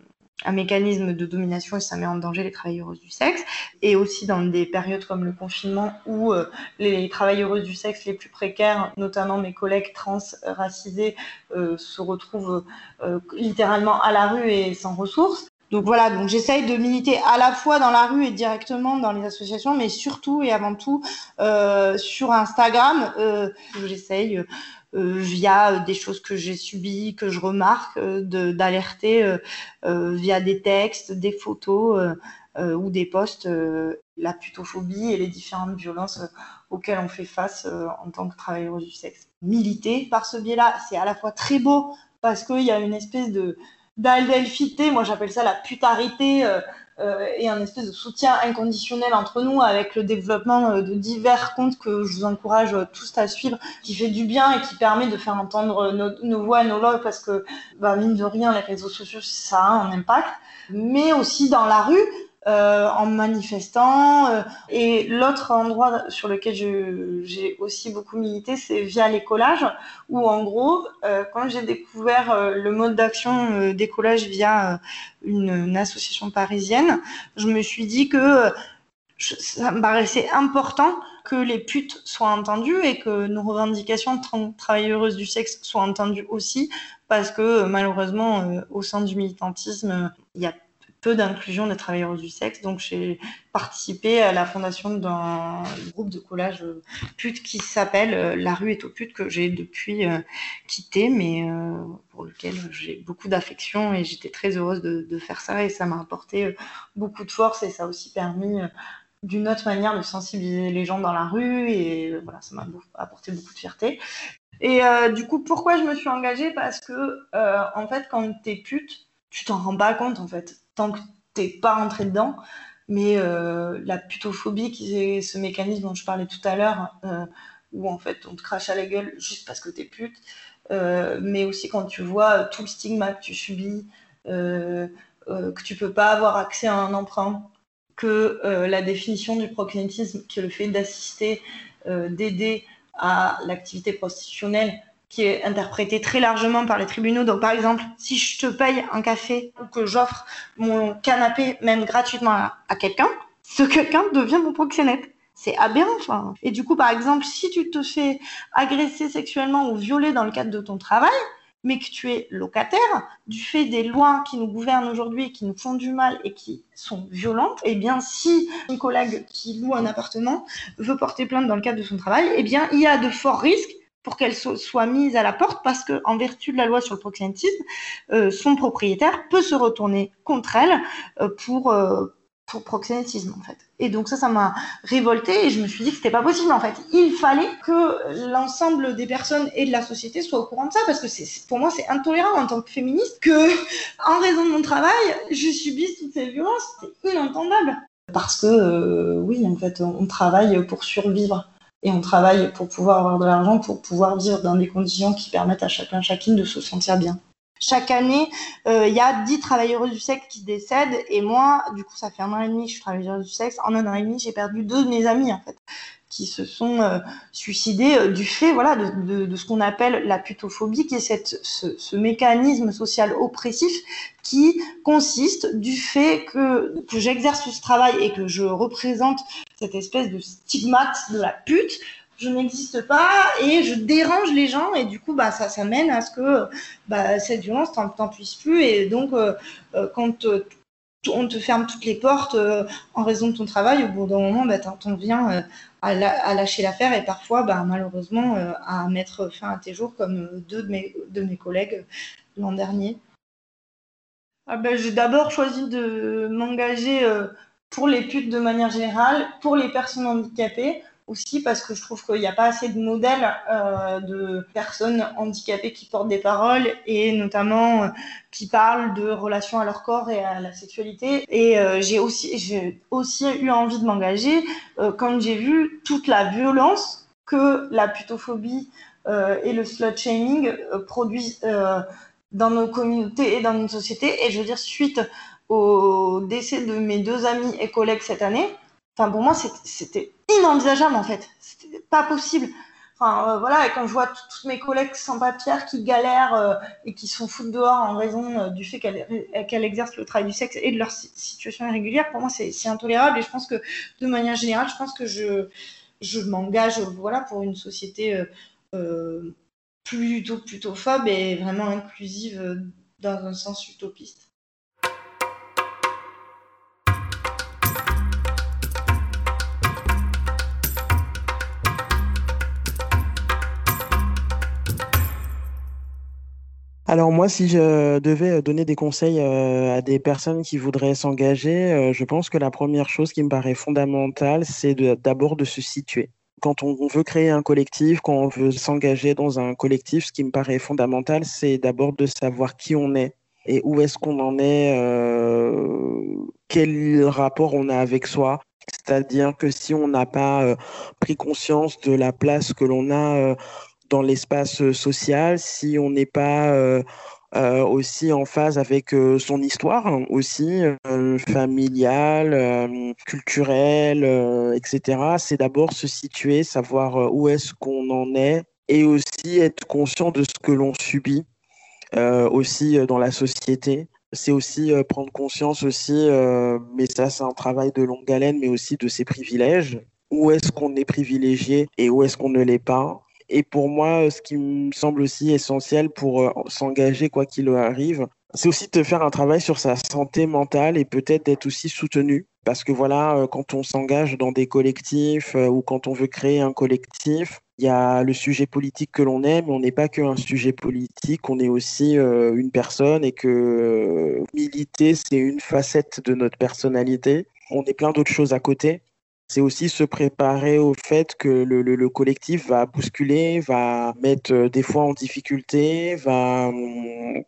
un mécanisme de domination et ça met en danger les travailleuses du sexe. Et aussi dans des périodes comme le confinement où euh, les travailleuses du sexe les plus précaires, notamment mes collègues trans racisés, euh, se retrouvent euh, littéralement à la rue et sans ressources. Donc voilà, donc j'essaye de militer à la fois dans la rue et directement dans les associations, mais surtout et avant tout euh, sur Instagram, euh, où j'essaye euh, euh, via des choses que j'ai subies, que je remarque, euh, de, d'alerter euh, euh, via des textes, des photos euh, euh, ou des posts, euh, la putophobie et les différentes violences euh, auxquelles on fait face euh, en tant que travailleuse du sexe. Militer par ce biais-là, c'est à la fois très beau parce qu'il y a une espèce de d'adelphité, moi j'appelle ça la putarité, euh, euh, et un espèce de soutien inconditionnel entre nous avec le développement euh, de divers comptes que je vous encourage euh, tous à suivre, qui fait du bien et qui permet de faire entendre nos, nos voix et nos logs parce que, bah, mine de rien, les réseaux sociaux, ça a un impact, mais aussi dans la rue, Euh, en manifestant. Euh, et l'autre endroit sur lequel je, j'ai aussi beaucoup milité, c'est via les collages, où en gros, euh, quand j'ai découvert euh, le mode d'action euh, des collages via euh, une, une association parisienne, je me suis dit que euh, je, ça me paraissait important que les putes soient entendues et que nos revendications de tra- travailleuses du sexe soient entendues aussi, parce que euh, malheureusement, euh, au sein du militantisme, il y a peu d'inclusion des travailleuses du sexe, donc j'ai participé à la fondation d'un groupe de collage euh, pute qui s'appelle euh, La rue est aux putes, que j'ai depuis euh, quitté, mais euh, pour lequel j'ai beaucoup d'affection et j'étais très heureuse de, de faire ça et ça m'a apporté euh, beaucoup de force et ça a aussi permis euh, d'une autre manière de sensibiliser les gens dans la rue et euh, voilà, ça m'a apporté beaucoup de fierté. Et euh, du coup, pourquoi je me suis engagée? Parce que euh, en fait, quand t'es pute, tu t'en rends pas compte en fait, tant que t'es pas rentré dedans. Mais euh, la putophobie, qui est ce mécanisme dont je parlais tout à l'heure, euh, où en fait on te crache à la gueule juste parce que t'es pute, euh, mais aussi quand tu vois tout le stigma que tu subis, euh, euh, que tu peux pas avoir accès à un emprunt, que euh, la définition du proxénétisme, qui est le fait d'assister, euh, d'aider à l'activité prostitutionnelle, qui est interprétée très largement par les tribunaux. Donc, par exemple, si je te paye un café ou que j'offre mon canapé même gratuitement à, à quelqu'un, ce quelqu'un devient mon proxénète. C'est aberrant. Enfin. Et du coup, par exemple, si tu te fais agresser sexuellement ou violer dans le cadre de ton travail, mais que tu es locataire, du fait des lois qui nous gouvernent aujourd'hui et qui nous font du mal et qui sont violentes, eh bien, si une collègue qui loue un appartement veut porter plainte dans le cadre de son travail, eh bien, il y a de forts risques pour qu'elle so- soit mise à la porte parce que, en vertu de la loi sur le proxénétisme, euh, son propriétaire peut se retourner contre elle euh, pour euh, pour proxénétisme en fait. Et donc ça, ça m'a révoltée et je me suis dit que c'était pas possible en fait. Il fallait que l'ensemble des personnes et de la société soient au courant de ça parce que c'est, pour moi c'est intolérant en tant que féministe que, en raison de mon travail, je subisse toutes ces violences. C'est inentendable. Parce que euh, oui, en fait, on travaille pour survivre et on travaille pour pouvoir avoir de l'argent, pour pouvoir vivre dans des conditions qui permettent à chacun, chacune de se sentir bien. Chaque année, il euh, y a dix travailleuses du sexe qui décèdent et moi, du coup, ça fait un an et demi que je suis travailleuse du sexe. En un an et demi, j'ai perdu deux de mes amis, en fait, qui se sont euh, suicidés euh, du fait, voilà, de, de, de ce qu'on appelle la putophobie, qui est cette, ce, ce mécanisme social oppressif qui consiste du fait que, que j'exerce ce travail et que je représente cette espèce de stigmate de la pute. Je n'existe pas et je dérange les gens et du coup bah ça ça mène à ce que bah cette violence t'en, t'en puisses plus et donc euh, euh, quand euh, on te ferme toutes les portes euh, en raison de ton travail, au bout d'un moment bah t'en, t'en viens euh, à, la, à lâcher l'affaire et parfois bah malheureusement euh, à mettre fin à tes jours comme euh, deux de mes de mes collègues l'an dernier. Ah bah, j'ai d'abord choisi de m'engager euh, pour les putes de manière générale, pour les personnes handicapées. Aussi parce que je trouve qu'il n'y a pas assez de modèles euh, de personnes handicapées qui portent des paroles et notamment euh, qui parlent de relations à leur corps et à la sexualité. Et euh, j'ai aussi, j'ai aussi eu envie de m'engager euh, quand j'ai vu toute la violence que la putophobie euh, et le slut-shaming euh, produisent euh, dans nos communautés et dans notre société. Et je veux dire, suite au décès de mes deux amis et collègues cette année, enfin, pour moi, c'était, c'était inenvisageable, en fait. C'était pas possible. Enfin, euh, voilà, et quand je vois t- toutes mes collègues sans-papiers qui galèrent euh, et qui sont foutent dehors en raison euh, du fait qu'elles qu'elles exercent le travail du sexe et de leur si- situation irrégulière, pour moi, c'est c'est intolérable. Et je pense que, de manière générale, je pense que je, je m'engage euh, voilà, pour une société euh, euh, plutôt, plutôt phobe et vraiment inclusive euh, dans un sens utopiste. Alors moi, si je devais donner des conseils euh, à des personnes qui voudraient s'engager, euh, je pense que la première chose qui me paraît fondamentale, c'est de- d'abord de se situer. Quand on, on veut créer un collectif, quand on veut s'engager dans un collectif, ce qui me paraît fondamental, c'est d'abord de savoir qui on est et où est-ce qu'on en est, euh, quel rapport on a avec soi. C'est-à-dire que si on n'a pas euh, pris conscience de la place que l'on a euh, dans l'espace euh, social, si on n'est pas euh, euh, aussi en phase avec euh, son histoire, hein, aussi euh, familiale, euh, culturelle, euh, et cetera. C'est d'abord se situer, savoir euh, où est-ce qu'on en est et aussi être conscient de ce que l'on subit euh, aussi euh, dans la société. C'est aussi euh, prendre conscience aussi, euh, mais ça c'est un travail de longue haleine, mais aussi de ses privilèges. Où est-ce qu'on est privilégié et où est-ce qu'on ne l'est pas? Et pour moi, ce qui me semble aussi essentiel pour euh, s'engager quoi qu'il arrive, c'est aussi de faire un travail sur sa santé mentale et peut-être d'être aussi soutenu. Parce que voilà, euh, quand on s'engage dans des collectifs euh, ou quand on veut créer un collectif, il y a le sujet politique que l'on est, mais on n'est pas qu'un sujet politique, on est aussi euh, une personne et que euh, militer, c'est une facette de notre personnalité. On est plein d'autres choses à côté. C'est aussi se préparer au fait que le, le- le collectif va bousculer, va mettre euh, des fois en difficulté, va, hum,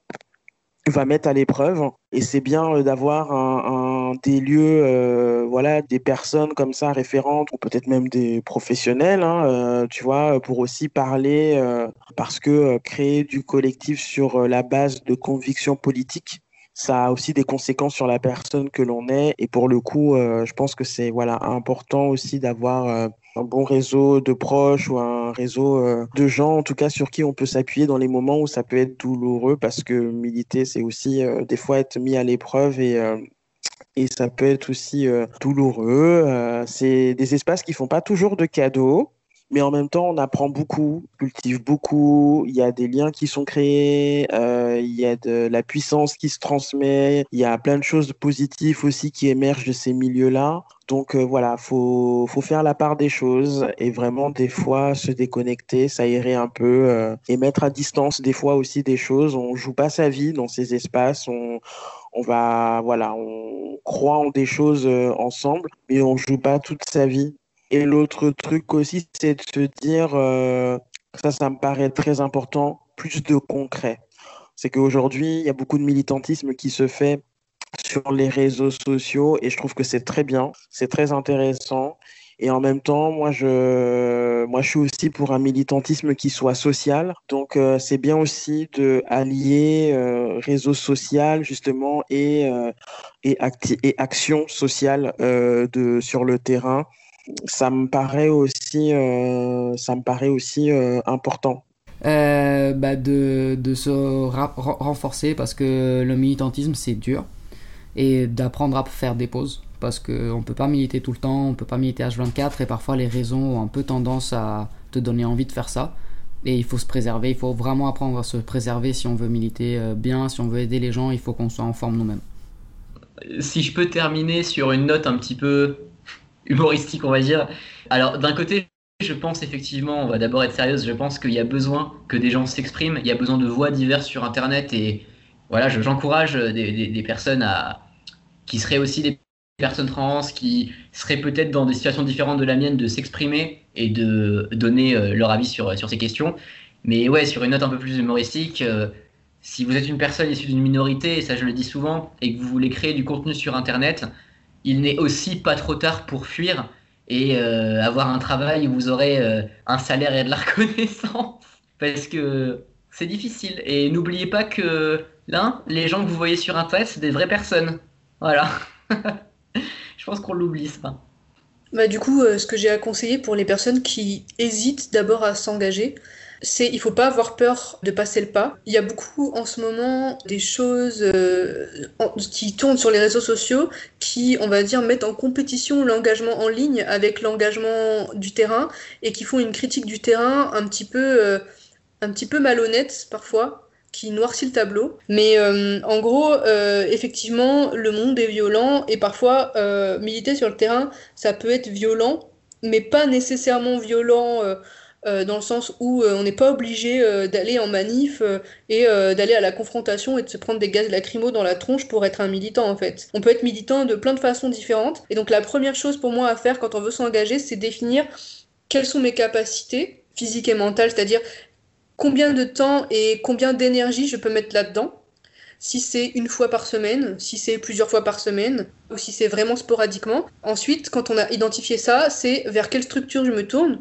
va mettre à l'épreuve. Et c'est bien euh, d'avoir un, un- des lieux, euh, voilà, des personnes comme ça référentes, ou peut-être même des professionnels, hein, euh, tu vois, pour aussi parler, euh, parce que euh, créer du collectif sur euh, la base de convictions politiques, ça a aussi des conséquences sur la personne que l'on est. Et pour le coup, euh, je pense que c'est voilà, important aussi d'avoir euh, un bon réseau de proches ou un réseau euh, de gens, en tout cas, sur qui on peut s'appuyer dans les moments où ça peut être douloureux, parce que militer, c'est aussi euh, des fois être mis à l'épreuve et, euh, et ça peut être aussi euh, douloureux. Euh, c'est des espaces qui font pas toujours de cadeaux. Mais en même temps, on apprend beaucoup, cultive beaucoup, il y a des liens qui sont créés, euh, il y a de la puissance qui se transmet, il y a plein de choses positives aussi qui émergent de ces milieux-là. Donc euh, voilà, faut, faut faire la part des choses et vraiment des fois se déconnecter, s'aérer un peu euh, et mettre à distance des fois aussi des choses. On joue pas sa vie dans ces espaces, on, on va, voilà, on croit en des choses euh, ensemble, mais on joue pas toute sa vie. Et l'autre truc aussi, c'est de se dire, euh, ça, ça me paraît très important, plus de concret. C'est qu'aujourd'hui, il y a beaucoup de militantisme qui se fait sur les réseaux sociaux et je trouve que c'est très bien, c'est très intéressant. Et en même temps, moi, je, moi, je suis aussi pour un militantisme qui soit social. Donc, euh, c'est bien aussi de allier euh, réseau social, justement, et, euh, et, acti- et action sociale euh, de, sur le terrain. Ça me paraît aussi, euh, ça me paraît aussi euh, important. Euh, bah de, de se ra- ren- renforcer parce que le militantisme c'est dur et d'apprendre à faire des pauses parce qu'on ne peut pas militer tout le temps, on ne peut pas militer H vingt-quatre et parfois les réseaux ont un peu tendance à te donner envie de faire ça et il faut se préserver, il faut vraiment apprendre à se préserver si on veut militer bien, si on veut aider les gens, il faut qu'on soit en forme nous-mêmes. Si je peux terminer sur une note un petit peu humoristique, on va dire. Alors, d'un côté, je pense effectivement, on va d'abord être sérieuse, je pense qu'il y a besoin que des gens s'expriment, il y a besoin de voix diverses sur Internet et voilà, je- j'encourage des, des- des personnes à, qui seraient aussi des personnes trans, qui seraient peut-être dans des situations différentes de la mienne, de s'exprimer et de donner euh, leur avis sur, sur ces questions. Mais ouais, sur une note un peu plus humoristique, euh, si vous êtes une personne issue d'une minorité, et ça je le dis souvent, et que vous voulez créer du contenu sur Internet, il n'est aussi pas trop tard pour fuir et euh, avoir un travail où vous aurez euh, un salaire et de la reconnaissance. Parce que c'est difficile. Et n'oubliez pas que là, les gens que vous voyez sur Internet, c'est des vraies personnes. Voilà. Je pense qu'on l'oublie ça. Bah, du coup, euh, ce que j'ai à conseiller pour les personnes qui hésitent d'abord à s'engager, c'est il faut pas avoir peur de passer le pas. Il y a beaucoup en ce moment des choses euh, en- qui tournent sur les réseaux sociaux qui, on va dire, mettent en compétition l'engagement en ligne avec l'engagement du terrain et qui font une critique du terrain un petit peu, euh, un petit peu malhonnête parfois, qui noircit le tableau. Mais euh, en gros, euh, effectivement, le monde est violent et parfois euh, militer sur le terrain, ça peut être violent, mais pas nécessairement violent. euh, euh, dans le sens où euh, on n'est pas obligé euh, d'aller en manif euh, et euh, d'aller à la confrontation et de se prendre des gaz lacrymaux dans la tronche pour être un militant en fait. On peut être militant de plein de façons différentes et donc la première chose pour moi à faire quand on veut s'engager, c'est définir quelles sont mes capacités physiques et mentales, c'est-à-dire combien de temps et combien d'énergie je peux mettre là-dedans. Si c'est une fois par semaine, si c'est plusieurs fois par semaine, ou si c'est vraiment sporadiquement. Ensuite, quand on a identifié ça, c'est vers quelle structure je me tourne.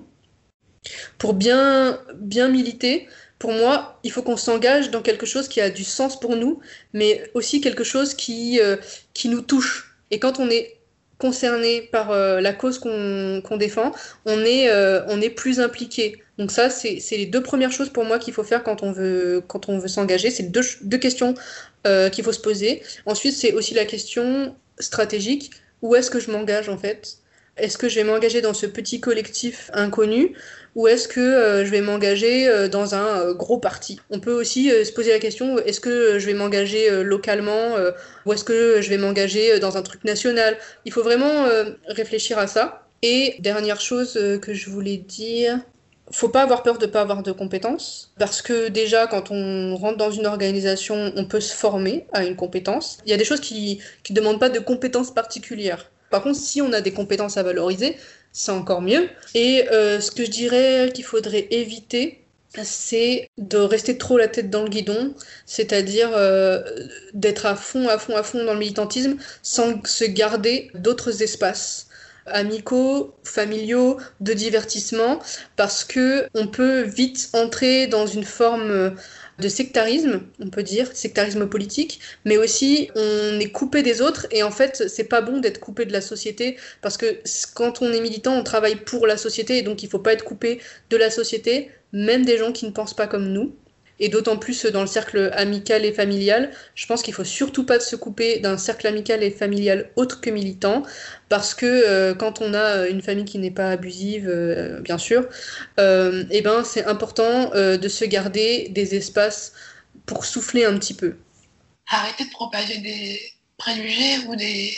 Pour bien, bien militer, pour moi, il faut qu'on s'engage dans quelque chose qui a du sens pour nous, mais aussi quelque chose qui, euh, qui nous touche. Et quand on est concerné par euh, la cause qu'on qu'on défend, on est, euh, on est plus impliqué. Donc ça, c'est c'est les deux premières choses pour moi qu'il faut faire quand on veut, quand on veut s'engager. C'est deux, deux questions euh, qu'il faut se poser. Ensuite, c'est aussi la question stratégique. Où est-ce que je m'engage en fait ? Est-ce que je vais m'engager dans ce petit collectif inconnu ou est-ce que euh, je vais m'engager euh, dans un euh, gros parti? On peut aussi euh, se poser la question, est-ce que je vais m'engager euh, localement euh, ou est-ce que je vais m'engager euh, dans un truc national? Il faut vraiment euh, réfléchir à ça. Et dernière chose euh, que je voulais dire, faut pas avoir peur de pas avoir de compétences parce que déjà quand on rentre dans une organisation, on peut se former à une compétence. Il y a des choses qui qui demandent pas de compétences particulières. Par contre, si on a des compétences à valoriser, c'est encore mieux. Et euh, ce que je dirais qu'il faudrait éviter, c'est de rester trop la tête dans le guidon, c'est-à-dire euh, d'être à fond, à fond, à fond dans le militantisme sans se garder d'autres espaces amicaux, familiaux, de divertissement, parce que on peut vite entrer dans une forme de sectarisme, on peut dire, sectarisme politique, mais aussi on est coupé des autres et en fait c'est pas bon d'être coupé de la société parce que quand on est militant on travaille pour la société et donc il faut pas être coupé de la société, même des gens qui ne pensent pas comme nous. Et d'autant plus dans le cercle amical et familial, je pense qu'il faut surtout pas se couper d'un cercle amical et familial autre que militant, parce que euh, quand on a une famille qui n'est pas abusive, euh, bien sûr, euh, et ben c'est important euh, de se garder des espaces pour souffler un petit peu. Arrêtez de propager des préjugés ou des,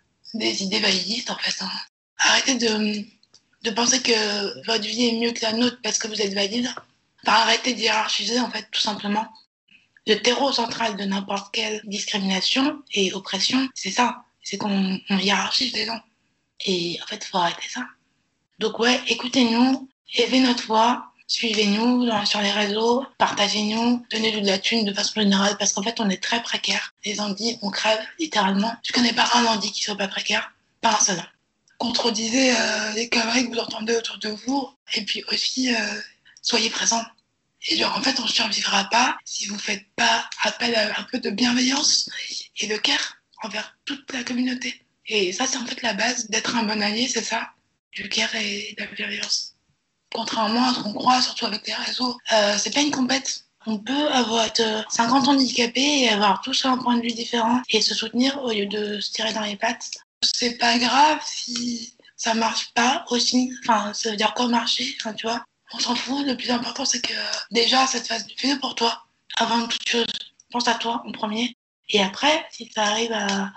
des idées validistes en fait. Hein. Arrêtez de, de penser que votre vie est mieux que la nôtre parce que vous êtes valide. Enfin, arrêter de hiérarchiser, en fait, tout simplement. Le terreau central de n'importe quelle discrimination et oppression, c'est ça. C'est qu'on on hiérarchise les gens. Et en fait, il faut arrêter ça. Donc ouais, écoutez-nous, élevez notre voix, suivez-nous dans, sur les réseaux, partagez-nous, donnez-nous de la thune de façon générale, parce qu'en fait, on est très précaires. Les handis, on crève, littéralement. Je connais pas un handi qui soit pas précaire. Pas un seul. Contredisez euh, les conneries que vous entendez autour de vous. Et puis aussi... Euh, soyez présents. Et genre, en fait, on ne survivra pas si vous ne faites pas appel à un peu de bienveillance et de care envers toute la communauté. Et ça, c'est en fait la base d'être un bon allié, c'est ça, du care et de la bienveillance. Contrairement à ce qu'on croit, surtout avec les réseaux, euh, c'est pas une compète. On peut avoir cinquante ans handicapés et avoir tous un point de vue différent et se soutenir au lieu de se tirer dans les pattes. C'est pas grave si ça marche pas aussi. Enfin, ça veut dire quoi marcher, enfin, tu vois. On s'en fout, le plus important c'est que déjà ça te fasse du bien pour toi, avant toute chose. Pense à toi en premier. Et après, si ça arrive à,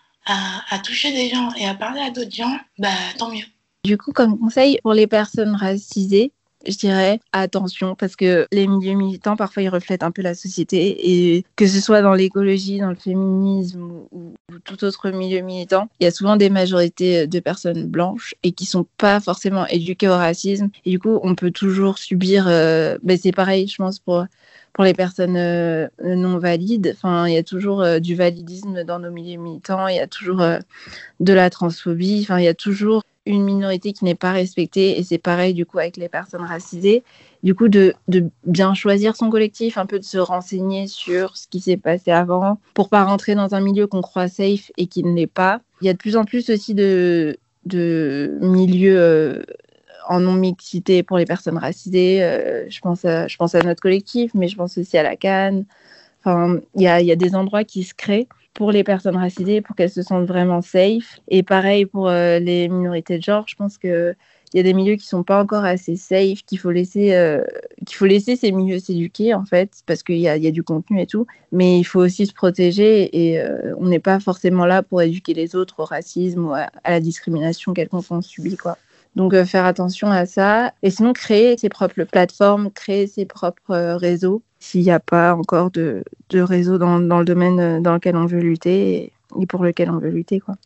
à, à toucher des gens et à parler à d'autres gens, bah tant mieux. Du coup, comme conseil pour les personnes racisées, je dirais attention parce que les milieux militants, parfois, ils reflètent un peu la société et que ce soit dans l'écologie, dans le féminisme ou, ou tout autre milieu militant, il y a souvent des majorités de personnes blanches et qui sont pas forcément éduquées au racisme. Et du coup, on peut toujours subir... Euh, ben c'est pareil, je pense, pour... pour les personnes euh, non valides. Enfin, il y a toujours euh, du validisme dans nos milieux militants, il y a toujours euh, de la transphobie, enfin, il y a toujours une minorité qui n'est pas respectée et c'est pareil du coup avec les personnes racisées. Du coup, de, de bien choisir son collectif, un peu de se renseigner sur ce qui s'est passé avant pour pas rentrer dans un milieu qu'on croit safe et qui ne l'est pas. Il y a de plus en plus aussi de de milieux euh, en non-mixité pour les personnes racisées. Euh, je, pense à, je pense à notre collectif, mais je pense aussi à la Cannes. Enfin, il y a, y a des endroits qui se créent pour les personnes racisées, pour qu'elles se sentent vraiment safe. Et pareil pour euh, les minorités de genre, je pense qu'il y a des milieux qui ne sont pas encore assez safe, qu'il faut laisser, euh, qu'il faut laisser ces milieux s'éduquer, en fait, parce qu'il y a, y a du contenu et tout. Mais il faut aussi se protéger et euh, on n'est pas forcément là pour éduquer les autres au racisme ou à, à la discrimination quelconque qu'on subit, quoi. Donc, euh, faire attention à ça. Et sinon, créer ses propres plateformes, créer ses propres euh, réseaux, s'il n'y a pas encore de, de réseau dans, dans le domaine dans lequel on veut lutter et, et pour lequel on veut lutter, quoi.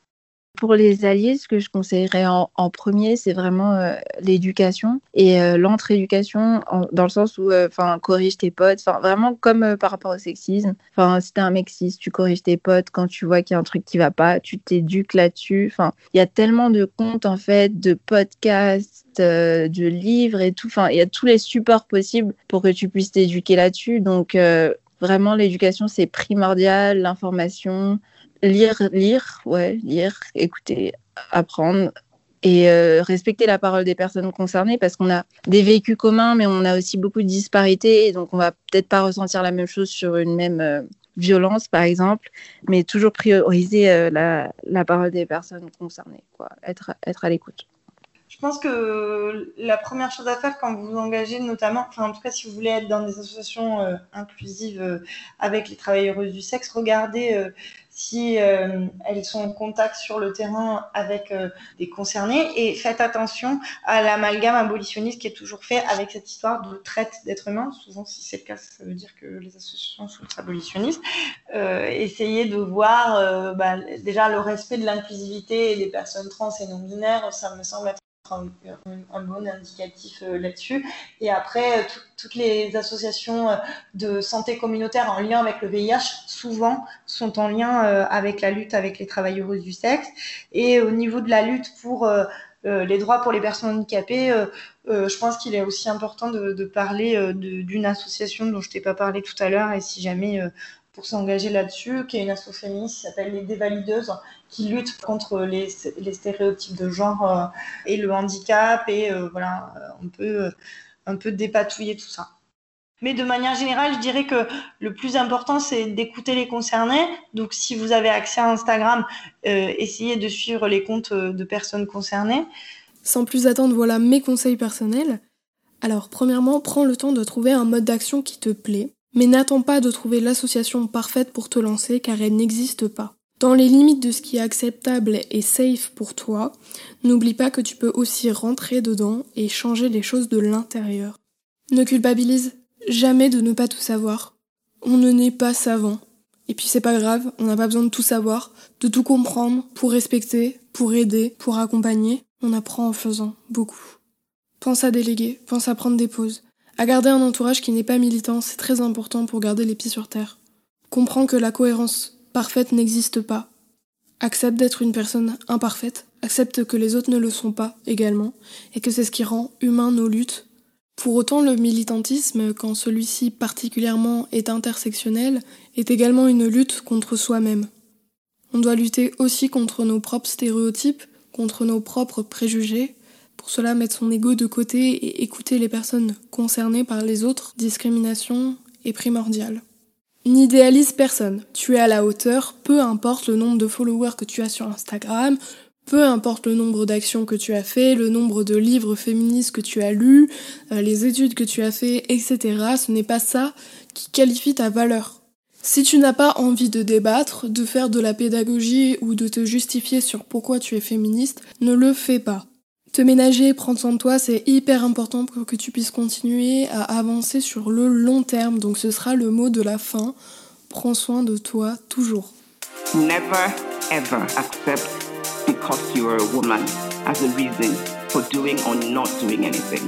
Pour les alliés, ce que je conseillerais en, en premier, c'est vraiment euh, l'éducation et euh, l'entre-éducation en, dans le sens où euh, corrige tes potes, vraiment comme euh, par rapport au sexisme. Si t'es un mec cis, tu corriges tes potes quand tu vois qu'il y a un truc qui va pas, tu t'éduques là-dessus. Il y a tellement de comptes, en fait, de podcasts, euh, de livres et tout. Il y a tous les supports possibles pour que tu puisses t'éduquer là-dessus. Donc, euh, vraiment, l'éducation, c'est primordial, l'information. Lire, lire, ouais, lire, écouter, apprendre et euh, respecter la parole des personnes concernées parce qu'on a des vécus communs, mais on a aussi beaucoup de disparités et donc on va peut-être pas ressentir la même chose sur une même euh, violence, par exemple, mais toujours prioriser euh, la, la parole des personnes concernées, quoi, être, être à l'écoute. Je pense que la première chose à faire quand vous vous engagez, notamment, enfin en tout cas si vous voulez être dans des associations euh, inclusives euh, avec les travailleuses du sexe, regardez euh, si euh, elles sont en contact sur le terrain avec euh, des concernés et faites attention à l'amalgame abolitionniste qui est toujours fait avec cette histoire de traite d'êtres humains. Souvent, si c'est le cas, ça veut dire que les associations sont abolitionnistes. Euh, essayez de voir euh, bah, déjà le respect de l'inclusivité des personnes trans et non binaires, ça me semble être Un, un bon indicatif euh, là-dessus. Et après, euh, toutes les associations euh, de santé communautaire en lien avec le V I H, souvent, sont en lien euh, avec la lutte avec les travailleuses du sexe. Et au niveau de la lutte pour euh, euh, les droits pour les personnes handicapées, euh, euh, je pense qu'il est aussi important de, de parler euh, de, d'une association dont je t'ai pas parlé tout à l'heure, et si jamais... Euh, pour s'engager là-dessus, qui est une asso féministe qui s'appelle Les Dévalideuses, qui lutte contre les, les stéréotypes de genre euh, et le handicap, et euh, voilà, on peut euh, un peu dépatouiller tout ça. Mais de manière générale, je dirais que le plus important, c'est d'écouter les concernés. Donc, si vous avez accès à Instagram, euh, essayez de suivre les comptes de personnes concernées. Sans plus attendre, voilà mes conseils personnels. Alors, premièrement, prends le temps de trouver un mode d'action qui te plaît. Mais n'attends pas de trouver l'association parfaite pour te lancer car elle n'existe pas. Dans les limites de ce qui est acceptable et safe pour toi, n'oublie pas que tu peux aussi rentrer dedans et changer les choses de l'intérieur. Ne culpabilise jamais de ne pas tout savoir. On ne naît pas savant. Et puis c'est pas grave, on n'a pas besoin de tout savoir, de tout comprendre, pour respecter, pour aider, pour accompagner. On apprend en faisant, beaucoup. Pense à déléguer, pense à prendre des pauses. À garder un entourage qui n'est pas militant, c'est très important pour garder les pieds sur terre. Comprends que la cohérence parfaite n'existe pas. Accepte d'être une personne imparfaite, accepte que les autres ne le sont pas également, et que c'est ce qui rend humain nos luttes. Pour autant, le militantisme, quand celui-ci particulièrement est intersectionnel, est également une lutte contre soi-même. On doit lutter aussi contre nos propres stéréotypes, contre nos propres préjugés. Pour cela, mettre son ego de côté et écouter les personnes concernées par les autres discriminations est primordial. N'idéalise personne. Tu es à la hauteur, peu importe le nombre de followers que tu as sur Instagram, peu importe le nombre d'actions que tu as fait, le nombre de livres féministes que tu as lus, les études que tu as fait, et cetera. Ce n'est pas ça qui qualifie ta valeur. Si tu n'as pas envie de débattre, de faire de la pédagogie ou de te justifier sur pourquoi tu es féministe, ne le fais pas. Te ménager, prendre soin de toi, c'est hyper important pour que tu puisses continuer à avancer sur le long terme. Donc ce sera le mot de la fin. Prends soin de toi toujours. Never ever accept because you are a woman as a reason for doing or not doing anything.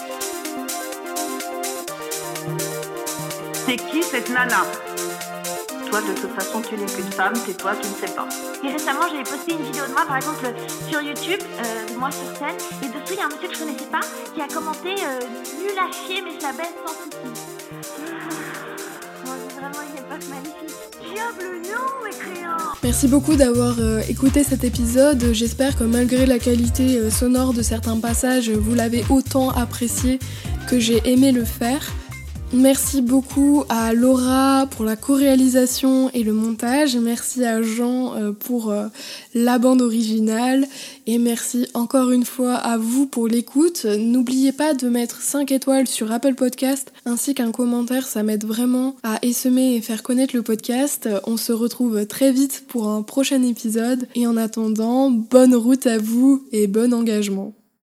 C'est qui cette nana? Toi, de toute façon, tu n'es qu'une femme, c'est toi, tu ne sais pas. Et récemment, j'avais posté une vidéo de moi, par exemple, sur YouTube, euh, de moi sur scène, et dessous, il y a un monsieur que je connaissais pas, qui a commenté euh, « Nul à chier, mais je la baisse sans souci ». Moi, j'ai vraiment moi j'ai une poche magnifique. Diable non, mes crayons. Merci beaucoup d'avoir euh, écouté cet épisode. J'espère que malgré la qualité euh, sonore de certains passages, vous l'avez autant apprécié que j'ai aimé le faire. Merci beaucoup à Laura pour la co-réalisation et le montage. Merci à Jean euh, pour euh, la bande originale. Et merci encore une fois à vous pour l'écoute. N'oubliez pas de mettre cinq étoiles sur Apple Podcast ainsi qu'un commentaire. Ça m'aide vraiment à essaimer et faire connaître le podcast. On se retrouve très vite pour un prochain épisode. Et en attendant, bonne route à vous et bon engagement.